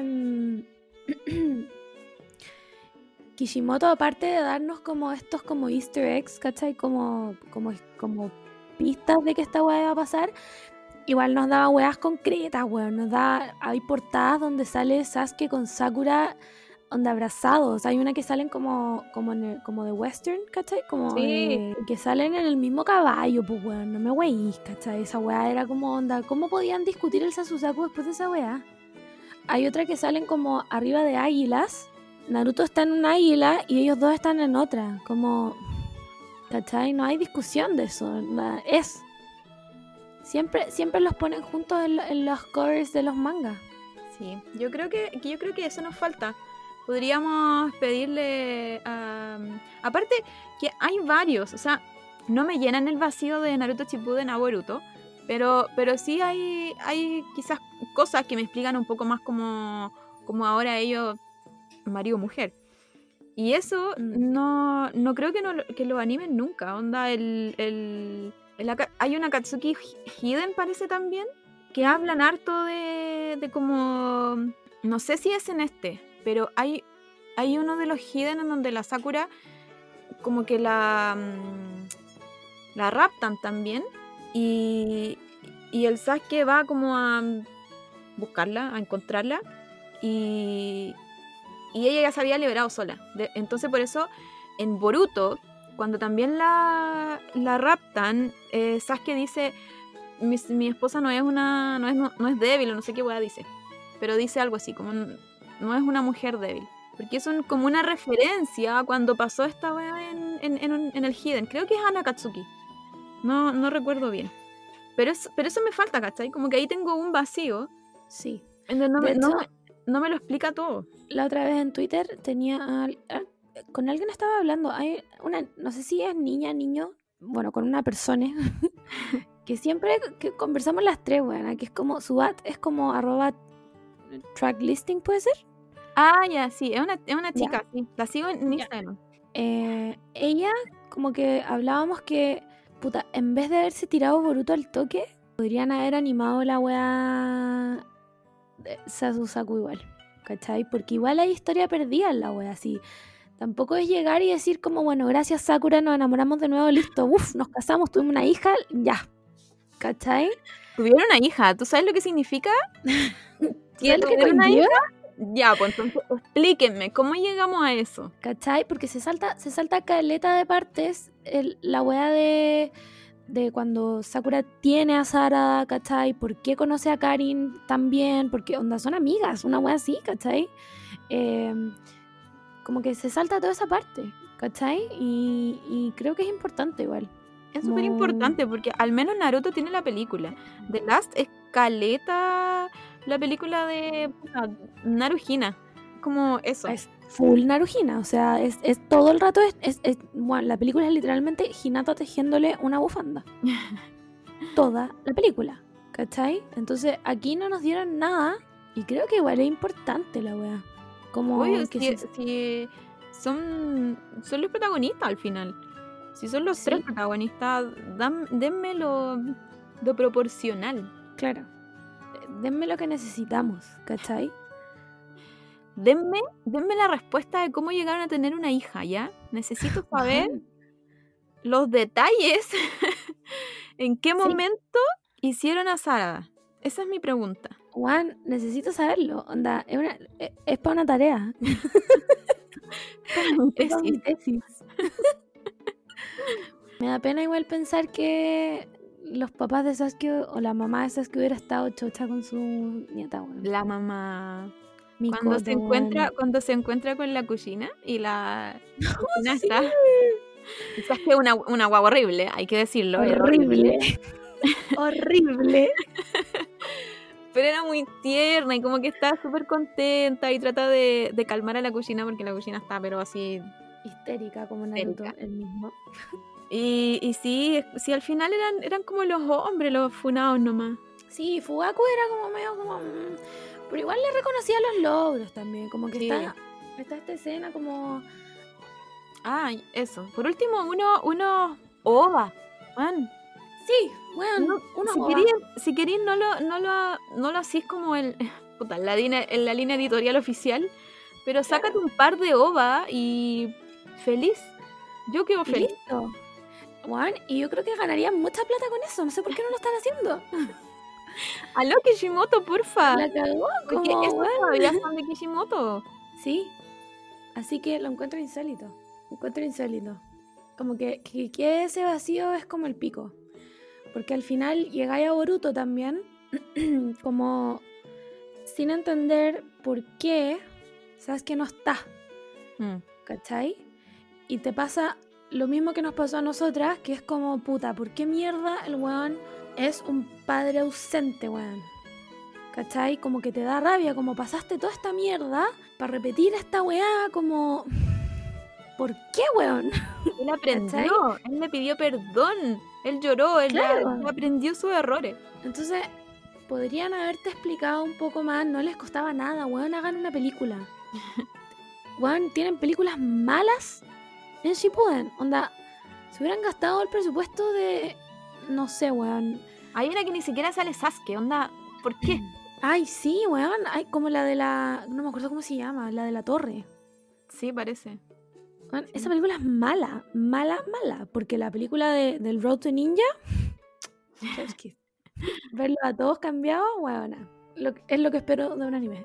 Kishimoto, aparte de darnos como estos como easter eggs, ¿cachai? Como pistas de que esta weá va a pasar, igual nos daba weas concretas, weón. Nos da... Hay portadas donde sale Sasuke con Sakura onda abrazados. Hay una que salen como de western, ¿cachai? Como sí. Que salen en el mismo caballo, pues weón, no me weís, ¿cachai? Esa weá era como onda, ¿cómo podían discutir el Sasusaku después de esa weá? Hay otra que salen como arriba de águilas. Naruto está en una águila y ellos dos están en otra, como... ¿cachai? No hay discusión de eso, es... Siempre los ponen juntos en los covers de los mangas. Sí, yo creo que eso nos falta. Podríamos pedirle aparte que hay varios, o sea, no me llenan el vacío de Naruto Shippuden a Boruto, pero sí hay quizás cosas que me explican un poco más como ahora ellos marido o mujer. Y eso no creo que lo animen nunca. Onda hay una Akatsuki Hidden, parece también, que hablan harto de como... No sé si es en pero hay uno de los Hidden en donde la Sakura como que la raptan también y el Sasuke va como a buscarla, a encontrarla y ella ya se había liberado sola. Entonces por eso en Boruto, cuando también la raptan, Sasuke dice, mi esposa no es débil, o no sé qué weá dice, pero dice algo así, como no es una mujer débil. Porque es como una referencia a cuando pasó esta weá en el Hiden. Creo que es Anakatsuki. No recuerdo bien. Pero eso me falta, ¿cachai? Como que ahí tengo un vacío. Sí. Entonces De hecho, no me lo explica todo. la otra vez en Twitter con alguien estaba hablando. Hay una, no sé si es niña, niño, bueno, con una persona que siempre que conversamos las tres, bueno, que es como su ad es como @tracklisting, ¿puede ser? Ah, ya, sí, es una chica, sí. La sigo en Instagram. Ella, como que hablábamos que, puta, en vez de haberse tirado Boruto al toque, podrían haber animado la weá de Sasusaku igual, ¿cachai? Porque igual hay historia perdida en la weá, así. Tampoco es llegar y decir como, bueno, gracias Sakura, nos enamoramos de nuevo, listo, nos casamos, tuvimos una hija, ya, ¿cachai? Tuvieron una hija, ¿tú sabes lo que significa? ¿Sabes lo que tuvieron una conlleva? hija? Ya, pues entonces explíquenme, ¿cómo llegamos a eso? ¿Cachai? Porque se salta caleta de partes la weá de cuando Sakura tiene a Sarada, ¿cachai? ¿Por qué conoce a Karin también? Porque onda son amigas, una weá así, ¿cachai? Como que se salta toda esa parte, ¿cachai? Y creo que es importante igual. Es súper importante porque al menos Naruto tiene la película. The Last es caleta la película de Naruhina. Como eso. Es full Narujina, o sea, es todo el rato, bueno, la película es literalmente Hinata tejiéndole una bufanda. Toda la película, ¿cachai? Entonces aquí no nos dieron nada y creo que igual es importante la weá. Como Oye, que si son los protagonistas al final. Si son los tres protagonistas, denme lo proporcional. Claro, denme lo que necesitamos, ¿cachai? Denme la respuesta de cómo llegaron a tener una hija, ¿ya? Necesito saber los detalles en qué momento hicieron a Sarada. Esa es mi pregunta. Juan, necesito saberlo. Onda, es para una tarea. Es para mi tesis. Me da pena igual pensar que los papás de Sasuke o la mamá de Sasuke hubiera estado chocha con su nieta, bueno. La mamá. Mikoto, Cuando se encuentra con la Kushina y la Kushina sí. está. Sasuke es una guagua horrible, hay que decirlo. Horrible. Horrible. Pero era muy tierna y como que está súper contenta y trata de calmar a la Kushina porque la Kushina está pero así histérica como Naruto, el mismo. Y sí, al final eran como los hombres, los funados nomás. Sí, Fugaku era como medio como... pero igual le reconocía los logros también, como que está esta escena como... Ah, eso. Por último, unos OVA, man. Sí, bueno, si queréis no lo hacís como en la línea editorial oficial, pero sácate un par de OVA y feliz. Yo quedo feliz. Listo. Juan, y yo creo que ganarían mucha plata con eso. No sé por qué no lo están haciendo. Aló, Kishimoto, porfa. La cagó, porque como, eso todavía son de Kishimoto. Sí. Así que lo encuentro insólito. Como que quede ese vacío es como el pico. Porque al final llegáis a Boruto también, como sin entender por qué sabes que no está. ¿Cachai? Y te pasa lo mismo que nos pasó a nosotras, que es como, puta, ¿por qué mierda el weón es un padre ausente, weón? ¿Cachai? Como que te da rabia, como pasaste toda esta mierda para repetir esta weá, como... ¿Por qué, weón? Él aprendió, ¿cachai? Él le pidió perdón, él lloró, él aprendió sus errores. Entonces, podrían haberte explicado un poco más, no les costaba nada, weón, hagan una película. Weón, tienen películas malas en Shippuden, onda, se hubieran gastado el presupuesto de, no sé, weón. Hay una que ni siquiera sale Sasuke, onda, ¿por qué? Ay, sí, weón, hay como la de la, no me acuerdo cómo se llama, la de la torre. Sí, parece. Weón, esa película es mala, porque la película del Road to Ninja, verlo a todos cambiados, weón, es lo que espero de un anime.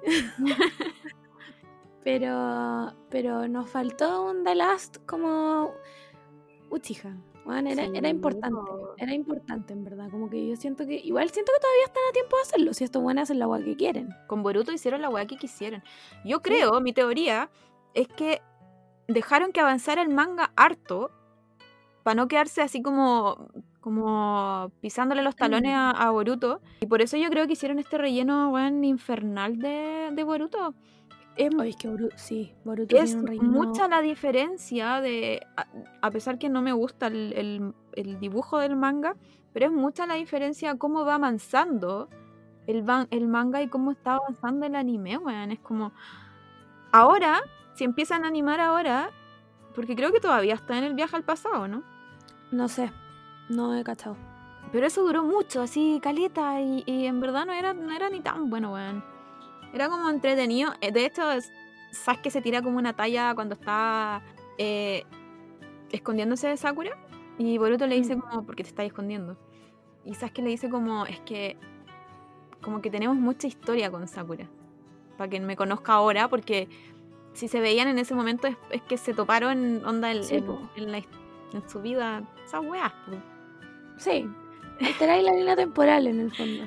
Pero nos faltó un The Last como Uchiha. Bueno, era Sí, importante. po. Era importante, en verdad. Como que yo siento que... Igual siento que todavía están a tiempo de hacerlo. Si estos buenos hacen la agua que quieren. Con Boruto hicieron la weá que quisieron. Yo Sí. creo, mi teoría, es que dejaron que avanzara el manga harto para no quedarse así como pisándole los talones a Boruto. Y por eso yo creo que hicieron este relleno, weón, infernal de Boruto. Oye, es que Boruto tiene Es un relleno... mucha la diferencia a pesar que no me gusta el dibujo del manga, pero es mucha la diferencia cómo va avanzando el manga y cómo está avanzando el anime, weón. Es como, ahora, si empiezan a animar ahora, porque creo que todavía está en el viaje al pasado, ¿no? No sé, no he cachado. Pero eso duró mucho, así, caleta, y en verdad no era ni tan bueno, weón. Era como entretenido. De hecho, Sasuke se tira como una talla cuando está escondiéndose de Sakura. Y Boruto le dice como, ¿por qué te estás escondiendo? Y Sasuke le dice como, es que como que tenemos mucha historia con Sakura. Para que me conozca ahora, porque si se veían en ese momento es que se toparon onda en su vida esas weas, po. Sí, alteráis la línea temporal en el fondo.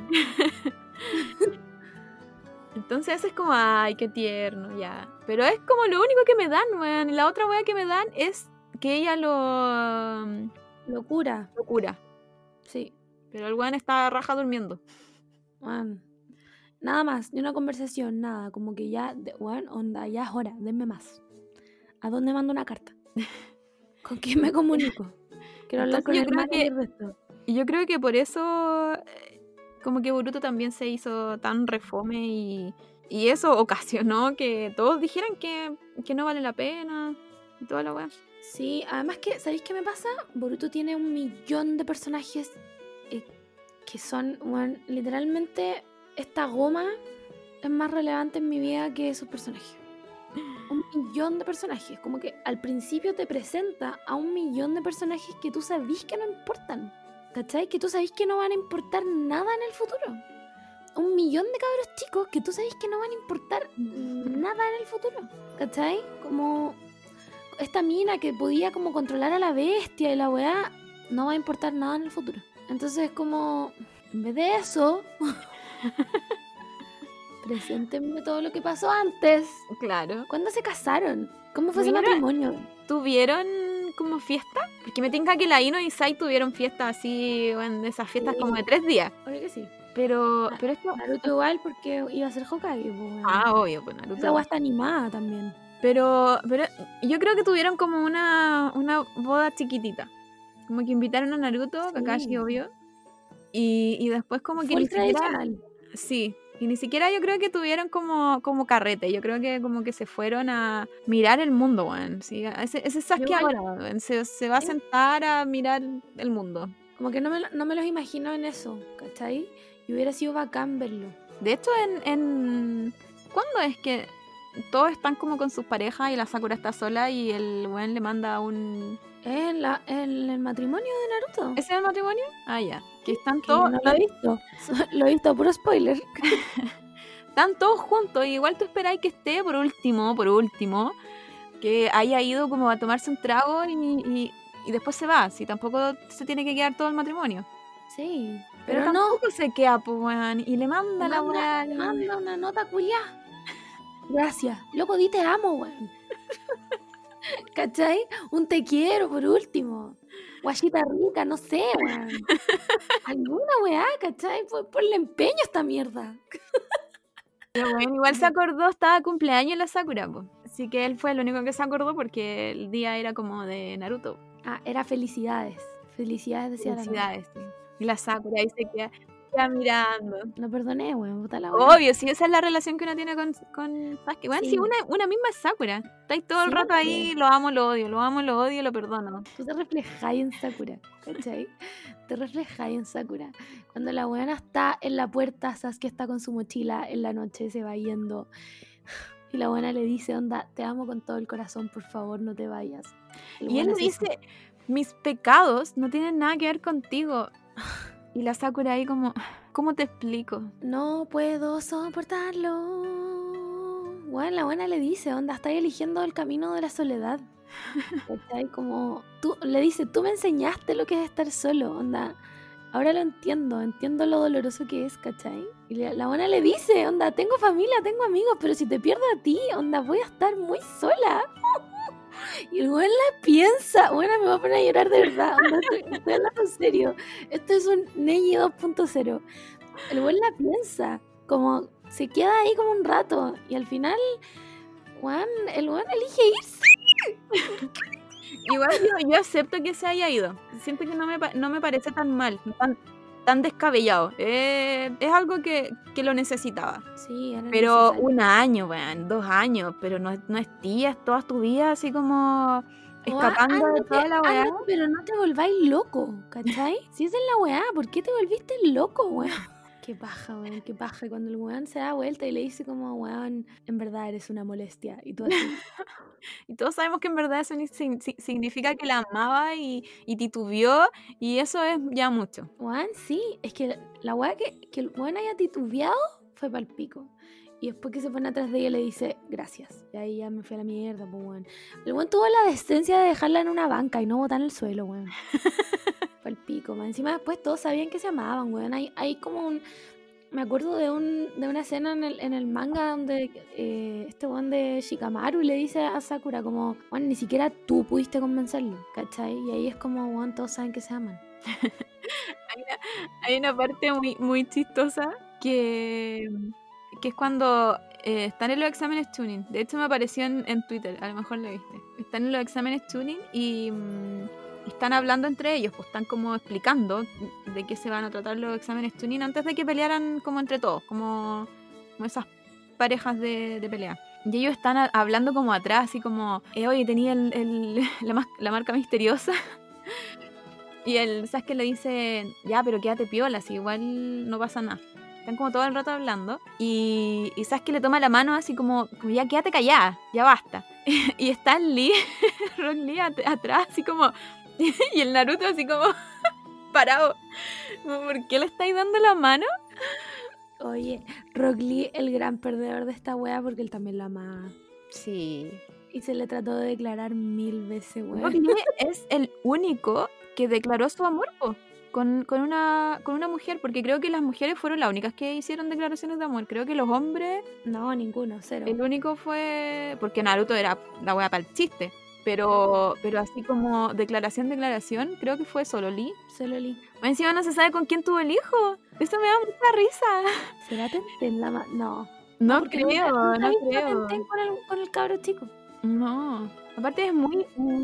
Entonces eso es como, ay, qué tierno, ya. Pero es como lo único que me dan, weón. Y la otra wea que me dan es que ella lo cura. Sí. Pero el weón está raja durmiendo. Man. Nada más, ni una conversación, nada. Como que ya, weón, onda, ya es hora, denme más. ¿A dónde mando una carta? ¿Con quién me comunico? Quiero hablar con el manager de esto. Y yo creo que por eso como que Boruto también se hizo tan refome y eso ocasionó que todos dijeran que no vale la pena y toda la weá. Sí, además que, ¿sabéis qué me pasa? Boruto tiene 1 millón de personajes que son, bueno, literalmente esta goma es más relevante en mi vida que esos personajes. 1 millón de personajes, como que al principio te presenta a 1 millón de personajes que tú sabís que no importan, ¿cachai? Que tú sabís que no van a importar nada en el futuro. 1 millón de cabros chicos que tú sabís que no van a importar nada en el futuro, ¿cachai? Como esta mina que podía como controlar a la bestia y la weá, no va a importar nada en el futuro. Entonces como, en vez de eso, preséntenme todo lo que pasó antes. Claro. ¿Cuándo se casaron? ¿Cómo fue ese matrimonio? ¿Tuvieron como fiesta? Porque me tinca que la Ino y Sai tuvieron fiesta así, bueno, de esas fiestas como de 3 días. Obvio que sí. Pero esto... Naruto igual porque iba a ser Hokage. Pues, obvio, pues Naruto. Esa agua está animada también. Pero yo creo que tuvieron como una boda chiquitita. Como que invitaron a Naruto, Kakashi, obvio. Y después como que ni siquiera... Sí, y ni siquiera yo creo que tuvieron como carrete. Yo creo que como que se fueron a mirar el mundo, weón. ¿Sí? Ese Sasuke ahora, weón, se va a sentar a mirar el mundo. Como que no me los imagino en eso, ¿cachai? Y hubiera sido bacán verlo. De hecho, ¿cuándo es que todos están como con sus parejas y la Sakura está sola y el weón le manda un... ¿En el matrimonio de Naruto? ¿Ese es el matrimonio? Ah, ya. Que están todos... No lo he visto. Lo he visto, puro spoiler. Están todos juntos. Y igual tú esperáis que esté por último, que haya ido como a tomarse un trago y después se va. Si tampoco se tiene que quedar todo el matrimonio. Sí. Pero tampoco se queda, pues, weón. Y le manda la weá. Le manda una nota culiá. Gracias. Loco, di te amo, weón. ¿Cachai? Un te quiero, por último. Guachita rica, no sé, weón. Alguna weá, ¿cachai? Ponle empeño a esta mierda. Pero bueno, igual se acordó, estaba cumpleaños la Sakura, pues. Así que él fue el único que se acordó porque el día era como de Naruto. Ah, era felicidades. Felicidades, decía la Felicidades, sí. Y la Sakura ahí se queda mirando. No perdoné, weón, puta la weón. Obvio, sí, esa es la relación que uno tiene con Sasuke. Bueno, sí, una misma es Sakura. Estáis todo el rato ahí, lo amo, lo odio, lo perdono. Tú te reflejáis en Sakura, ¿cachai? Te reflejáis en Sakura. Cuando la weona está en la puerta, Sasuke está con su mochila en la noche, se va yendo. Y la buena le dice, onda, te amo con todo el corazón, por favor, no te vayas. Y él le dice, mis pecados no tienen nada que ver contigo. Y la Sakura ahí como, ¿cómo te explico? No puedo soportarlo. Bueno, la buena le dice, onda, estás eligiendo el camino de la soledad. ¿Cachai? Como tú le dice, tú me enseñaste lo que es estar solo, onda. Ahora lo entiendo lo doloroso que es, ¿cachai? Y la buena le dice, onda, tengo familia, tengo amigos, pero si te pierdo a ti, onda, voy a estar muy sola. Y el weón la piensa, bueno, me voy a poner a llorar de verdad, onda, estoy hablando en serio. Esto es un Neji 2.0. El weón la piensa, como se queda ahí como un rato, y al final, el weón elige irse. Igual yo acepto que se haya ido. Siento que no me parece tan mal, tan descabellado. Es algo que lo necesitaba. Sí, era Pero necesario. 1 año, weón, 2 años, pero no estías toda tu vida así como escapando de toda la weá. Ándate, pero no te volváis loco, ¿cachai? Si esa es la weá, ¿por qué te volviste loco, weón? Qué paja, weón, qué paja. Y cuando el weón se da vuelta y le dice como, weón, en verdad eres una molestia. Y tú así, Y todos sabemos que en verdad eso significa que la amaba y titubeó, y eso es ya mucho. weón, sí, es que la weá que el weón haya titubeado fue pa'l pico. Y después que se pone atrás de ella le dice, gracias. Y ahí ya me fui a la mierda, pues, weón. El weón tuvo la decencia de dejarla en una banca y no botar en el suelo, weón. Fue el pico, man. Encima después todos sabían que se amaban, weón. Hay como un... Me acuerdo de una escena en el manga donde este weón de Shikamaru le dice a Sakura como, weón, ni siquiera tú pudiste convencerlo, ¿cachai? Y ahí es como, weón, todos saben que se aman. Hay una parte muy chistosa que es cuando están en los exámenes tuning. De hecho me apareció en Twitter, a lo mejor lo viste. Están en los exámenes tuning y están hablando entre ellos, pues están como explicando de qué se van a tratar los exámenes tuning antes de que pelearan como entre todos, como esas parejas de pelea. Y ellos están hablando como atrás, así como, oye, tenía la marca misteriosa. Y el Sasuke le dice, ya, pero quédate piola, si igual no pasa nada. Están como todo el rato hablando. Y Sasuke le toma la mano así como ya quédate callada, ya basta. Y está Lee, Rock Lee atrás, así como... y el Naruto así como parado. ¿Por qué le estáis dando la mano? Oye, Rock Lee, el gran perdedor de esta wea, porque él también la amaba. Sí. Y se le trató de declarar 1000 veces, weón. Rock Lee es el único que declaró su amor, po, con una mujer, porque creo que las mujeres fueron las únicas que hicieron declaraciones de amor. Creo que los hombres... No, ninguno, cero. El único fue... Porque Naruto era la wea para el chiste. Pero así como declaración, creo que fue solo Lee. Solo Lee. Encima no se sabe con quién tuvo el hijo. Eso me da mucha risa. ¿Será Tenten la No. No porque creo, nunca no vi a creo. Tenten con el cabro chico. No. Aparte es muy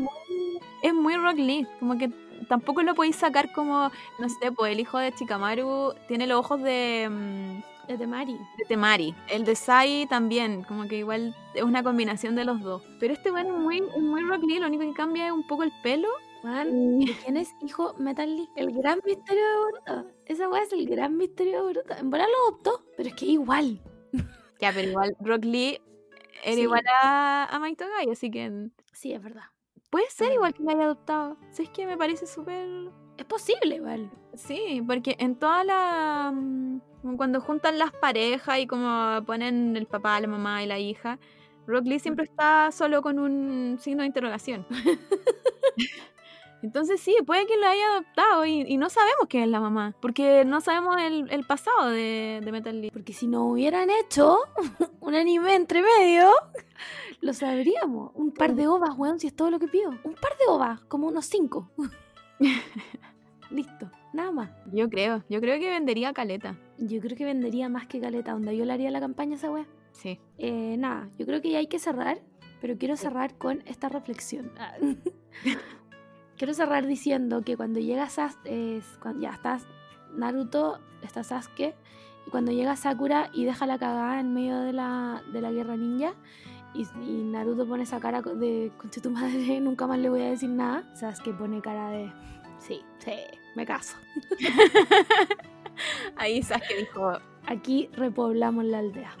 Rock Lee. Como que tampoco lo podéis sacar como, no sé, pues el hijo de Shikamaru tiene los ojos de Temari. De Temari. El de Sai también, como que igual es una combinación de los dos. Pero este bueno es muy Rock Lee, lo único que cambia es un poco el pelo. Juan, ¿de quién es hijo Metal Lee? El gran misterio de Boruto. Esa weá es el gran misterio de Boruto. En verdad lo adoptó, pero es que igual. Ya, pero igual Rock Lee era Sí. igual a Maito Gai, así que... Sí, es verdad. Puede ser igual que lo haya adoptado. Si es que me parece súper... Es posible igual. Sí, porque en toda la... Cuando juntan las parejas y como ponen el papá, la mamá y la hija, Rock Lee siempre está solo con un signo de interrogación. Entonces sí, puede que lo haya adoptado y no sabemos quién es la mamá, porque no sabemos el pasado de Metal Lee. Porque si no hubieran hecho un anime entre medio, lo sabríamos. Un par de ovas, weón, si es todo lo que pido. Un par de ovas, como unos 5. Listo, nada más. Yo creo que vendería caleta. Yo creo que vendería más que caleta, donde yo le haría la campaña a esa wea. Sí. Nada, yo creo que ya hay que cerrar, pero quiero cerrar con esta reflexión. Quiero cerrar diciendo que cuando llega cuando ya estás Naruto, está Sasuke, y cuando llega Sakura y deja la cagada en medio de la guerra ninja, y Naruto pone esa cara de concha tu madre, nunca más le voy a decir nada, Sasuke pone cara de sí, me caso. Ahí Sasuke dijo, aquí repoblamos la aldea.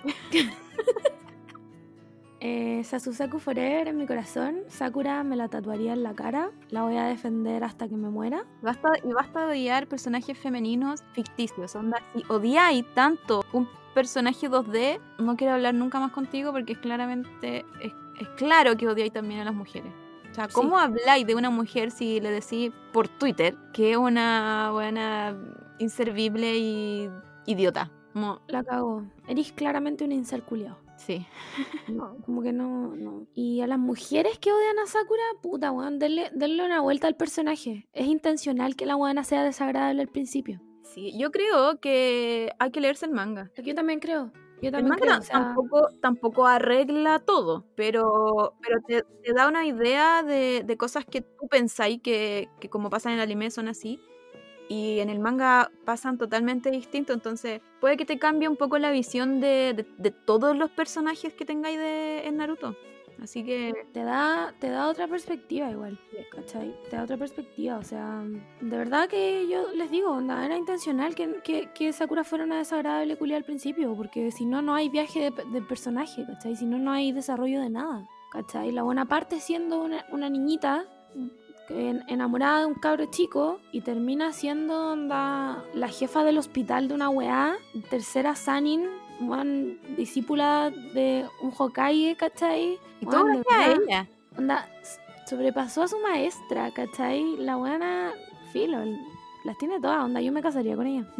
Sasusaku Forever en mi corazón. Sakura me la tatuaría en la cara. La voy a defender hasta que me muera. Basta de odiar personajes femeninos ficticios. Onda, si odiáis tanto un personaje 2D, no quiero hablar nunca más contigo porque es claramente es claro que odiáis también a las mujeres. O sea, ¿cómo habláis de una mujer si le decís por Twitter que es una buena inservible y idiota? Como... La cagó. Eres claramente un incel culiao. Sí. No, como que no. Y a las mujeres que odian a Sakura, puta, weón, denle una vuelta al personaje. Es intencional que la weona sea desagradable al principio. Sí, yo creo que hay que leerse el manga. Yo también creo. El manga tampoco arregla todo, pero te da una idea de cosas que tú pensáis que como pasan en el anime son así, y en el manga pasan totalmente distinto, entonces puede que te cambie un poco la visión de todos los personajes que tengáis en Naruto. Así que te da otra perspectiva igual, ¿cachai? Te da otra perspectiva, o sea, de verdad que yo les digo, onda, era intencional que Sakura fuera una desagradable culia al principio, porque si no, no hay viaje de personaje, ¿cachai? Si no, no hay desarrollo de nada, ¿cachai? La buena parte siendo una niñita enamorada de un cabro chico y termina siendo onda, la jefa del hospital de una weá, tercera Sanin, discípula de un Hokage, ¿cachai? y todo gracias a ella. Onda, sobrepasó a su maestra, ¿cachai? La buena, filo, las tiene todas, onda, yo me casaría con ella.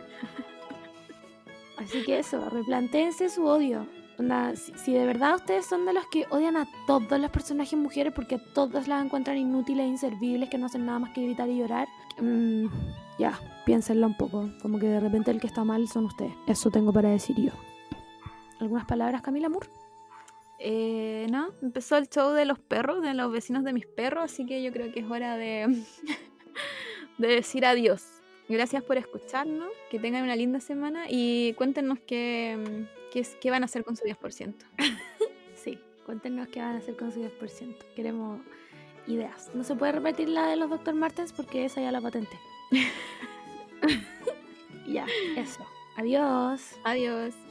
Así que eso, replantéense su odio. Onda, si de verdad ustedes son de los que odian a todos los personajes mujeres porque todas las encuentran inútiles e inservibles, que no hacen nada más que gritar y llorar, ya, piénsenlo un poco. Como que de repente el que está mal son ustedes. Eso tengo para decir yo. ¿Algunas palabras, Camila Moore? No, empezó el show de los perros, de los vecinos de mis perros, así que yo creo que es hora de decir adiós. Gracias por escucharnos, que tengan una linda semana y cuéntenos qué van a hacer con su 10%. Sí, cuéntenos qué van a hacer con su 10%. Queremos ideas. No se puede repetir la de los Dr. Martens porque esa ya la patenté. Ya, eso. Adiós. Adiós.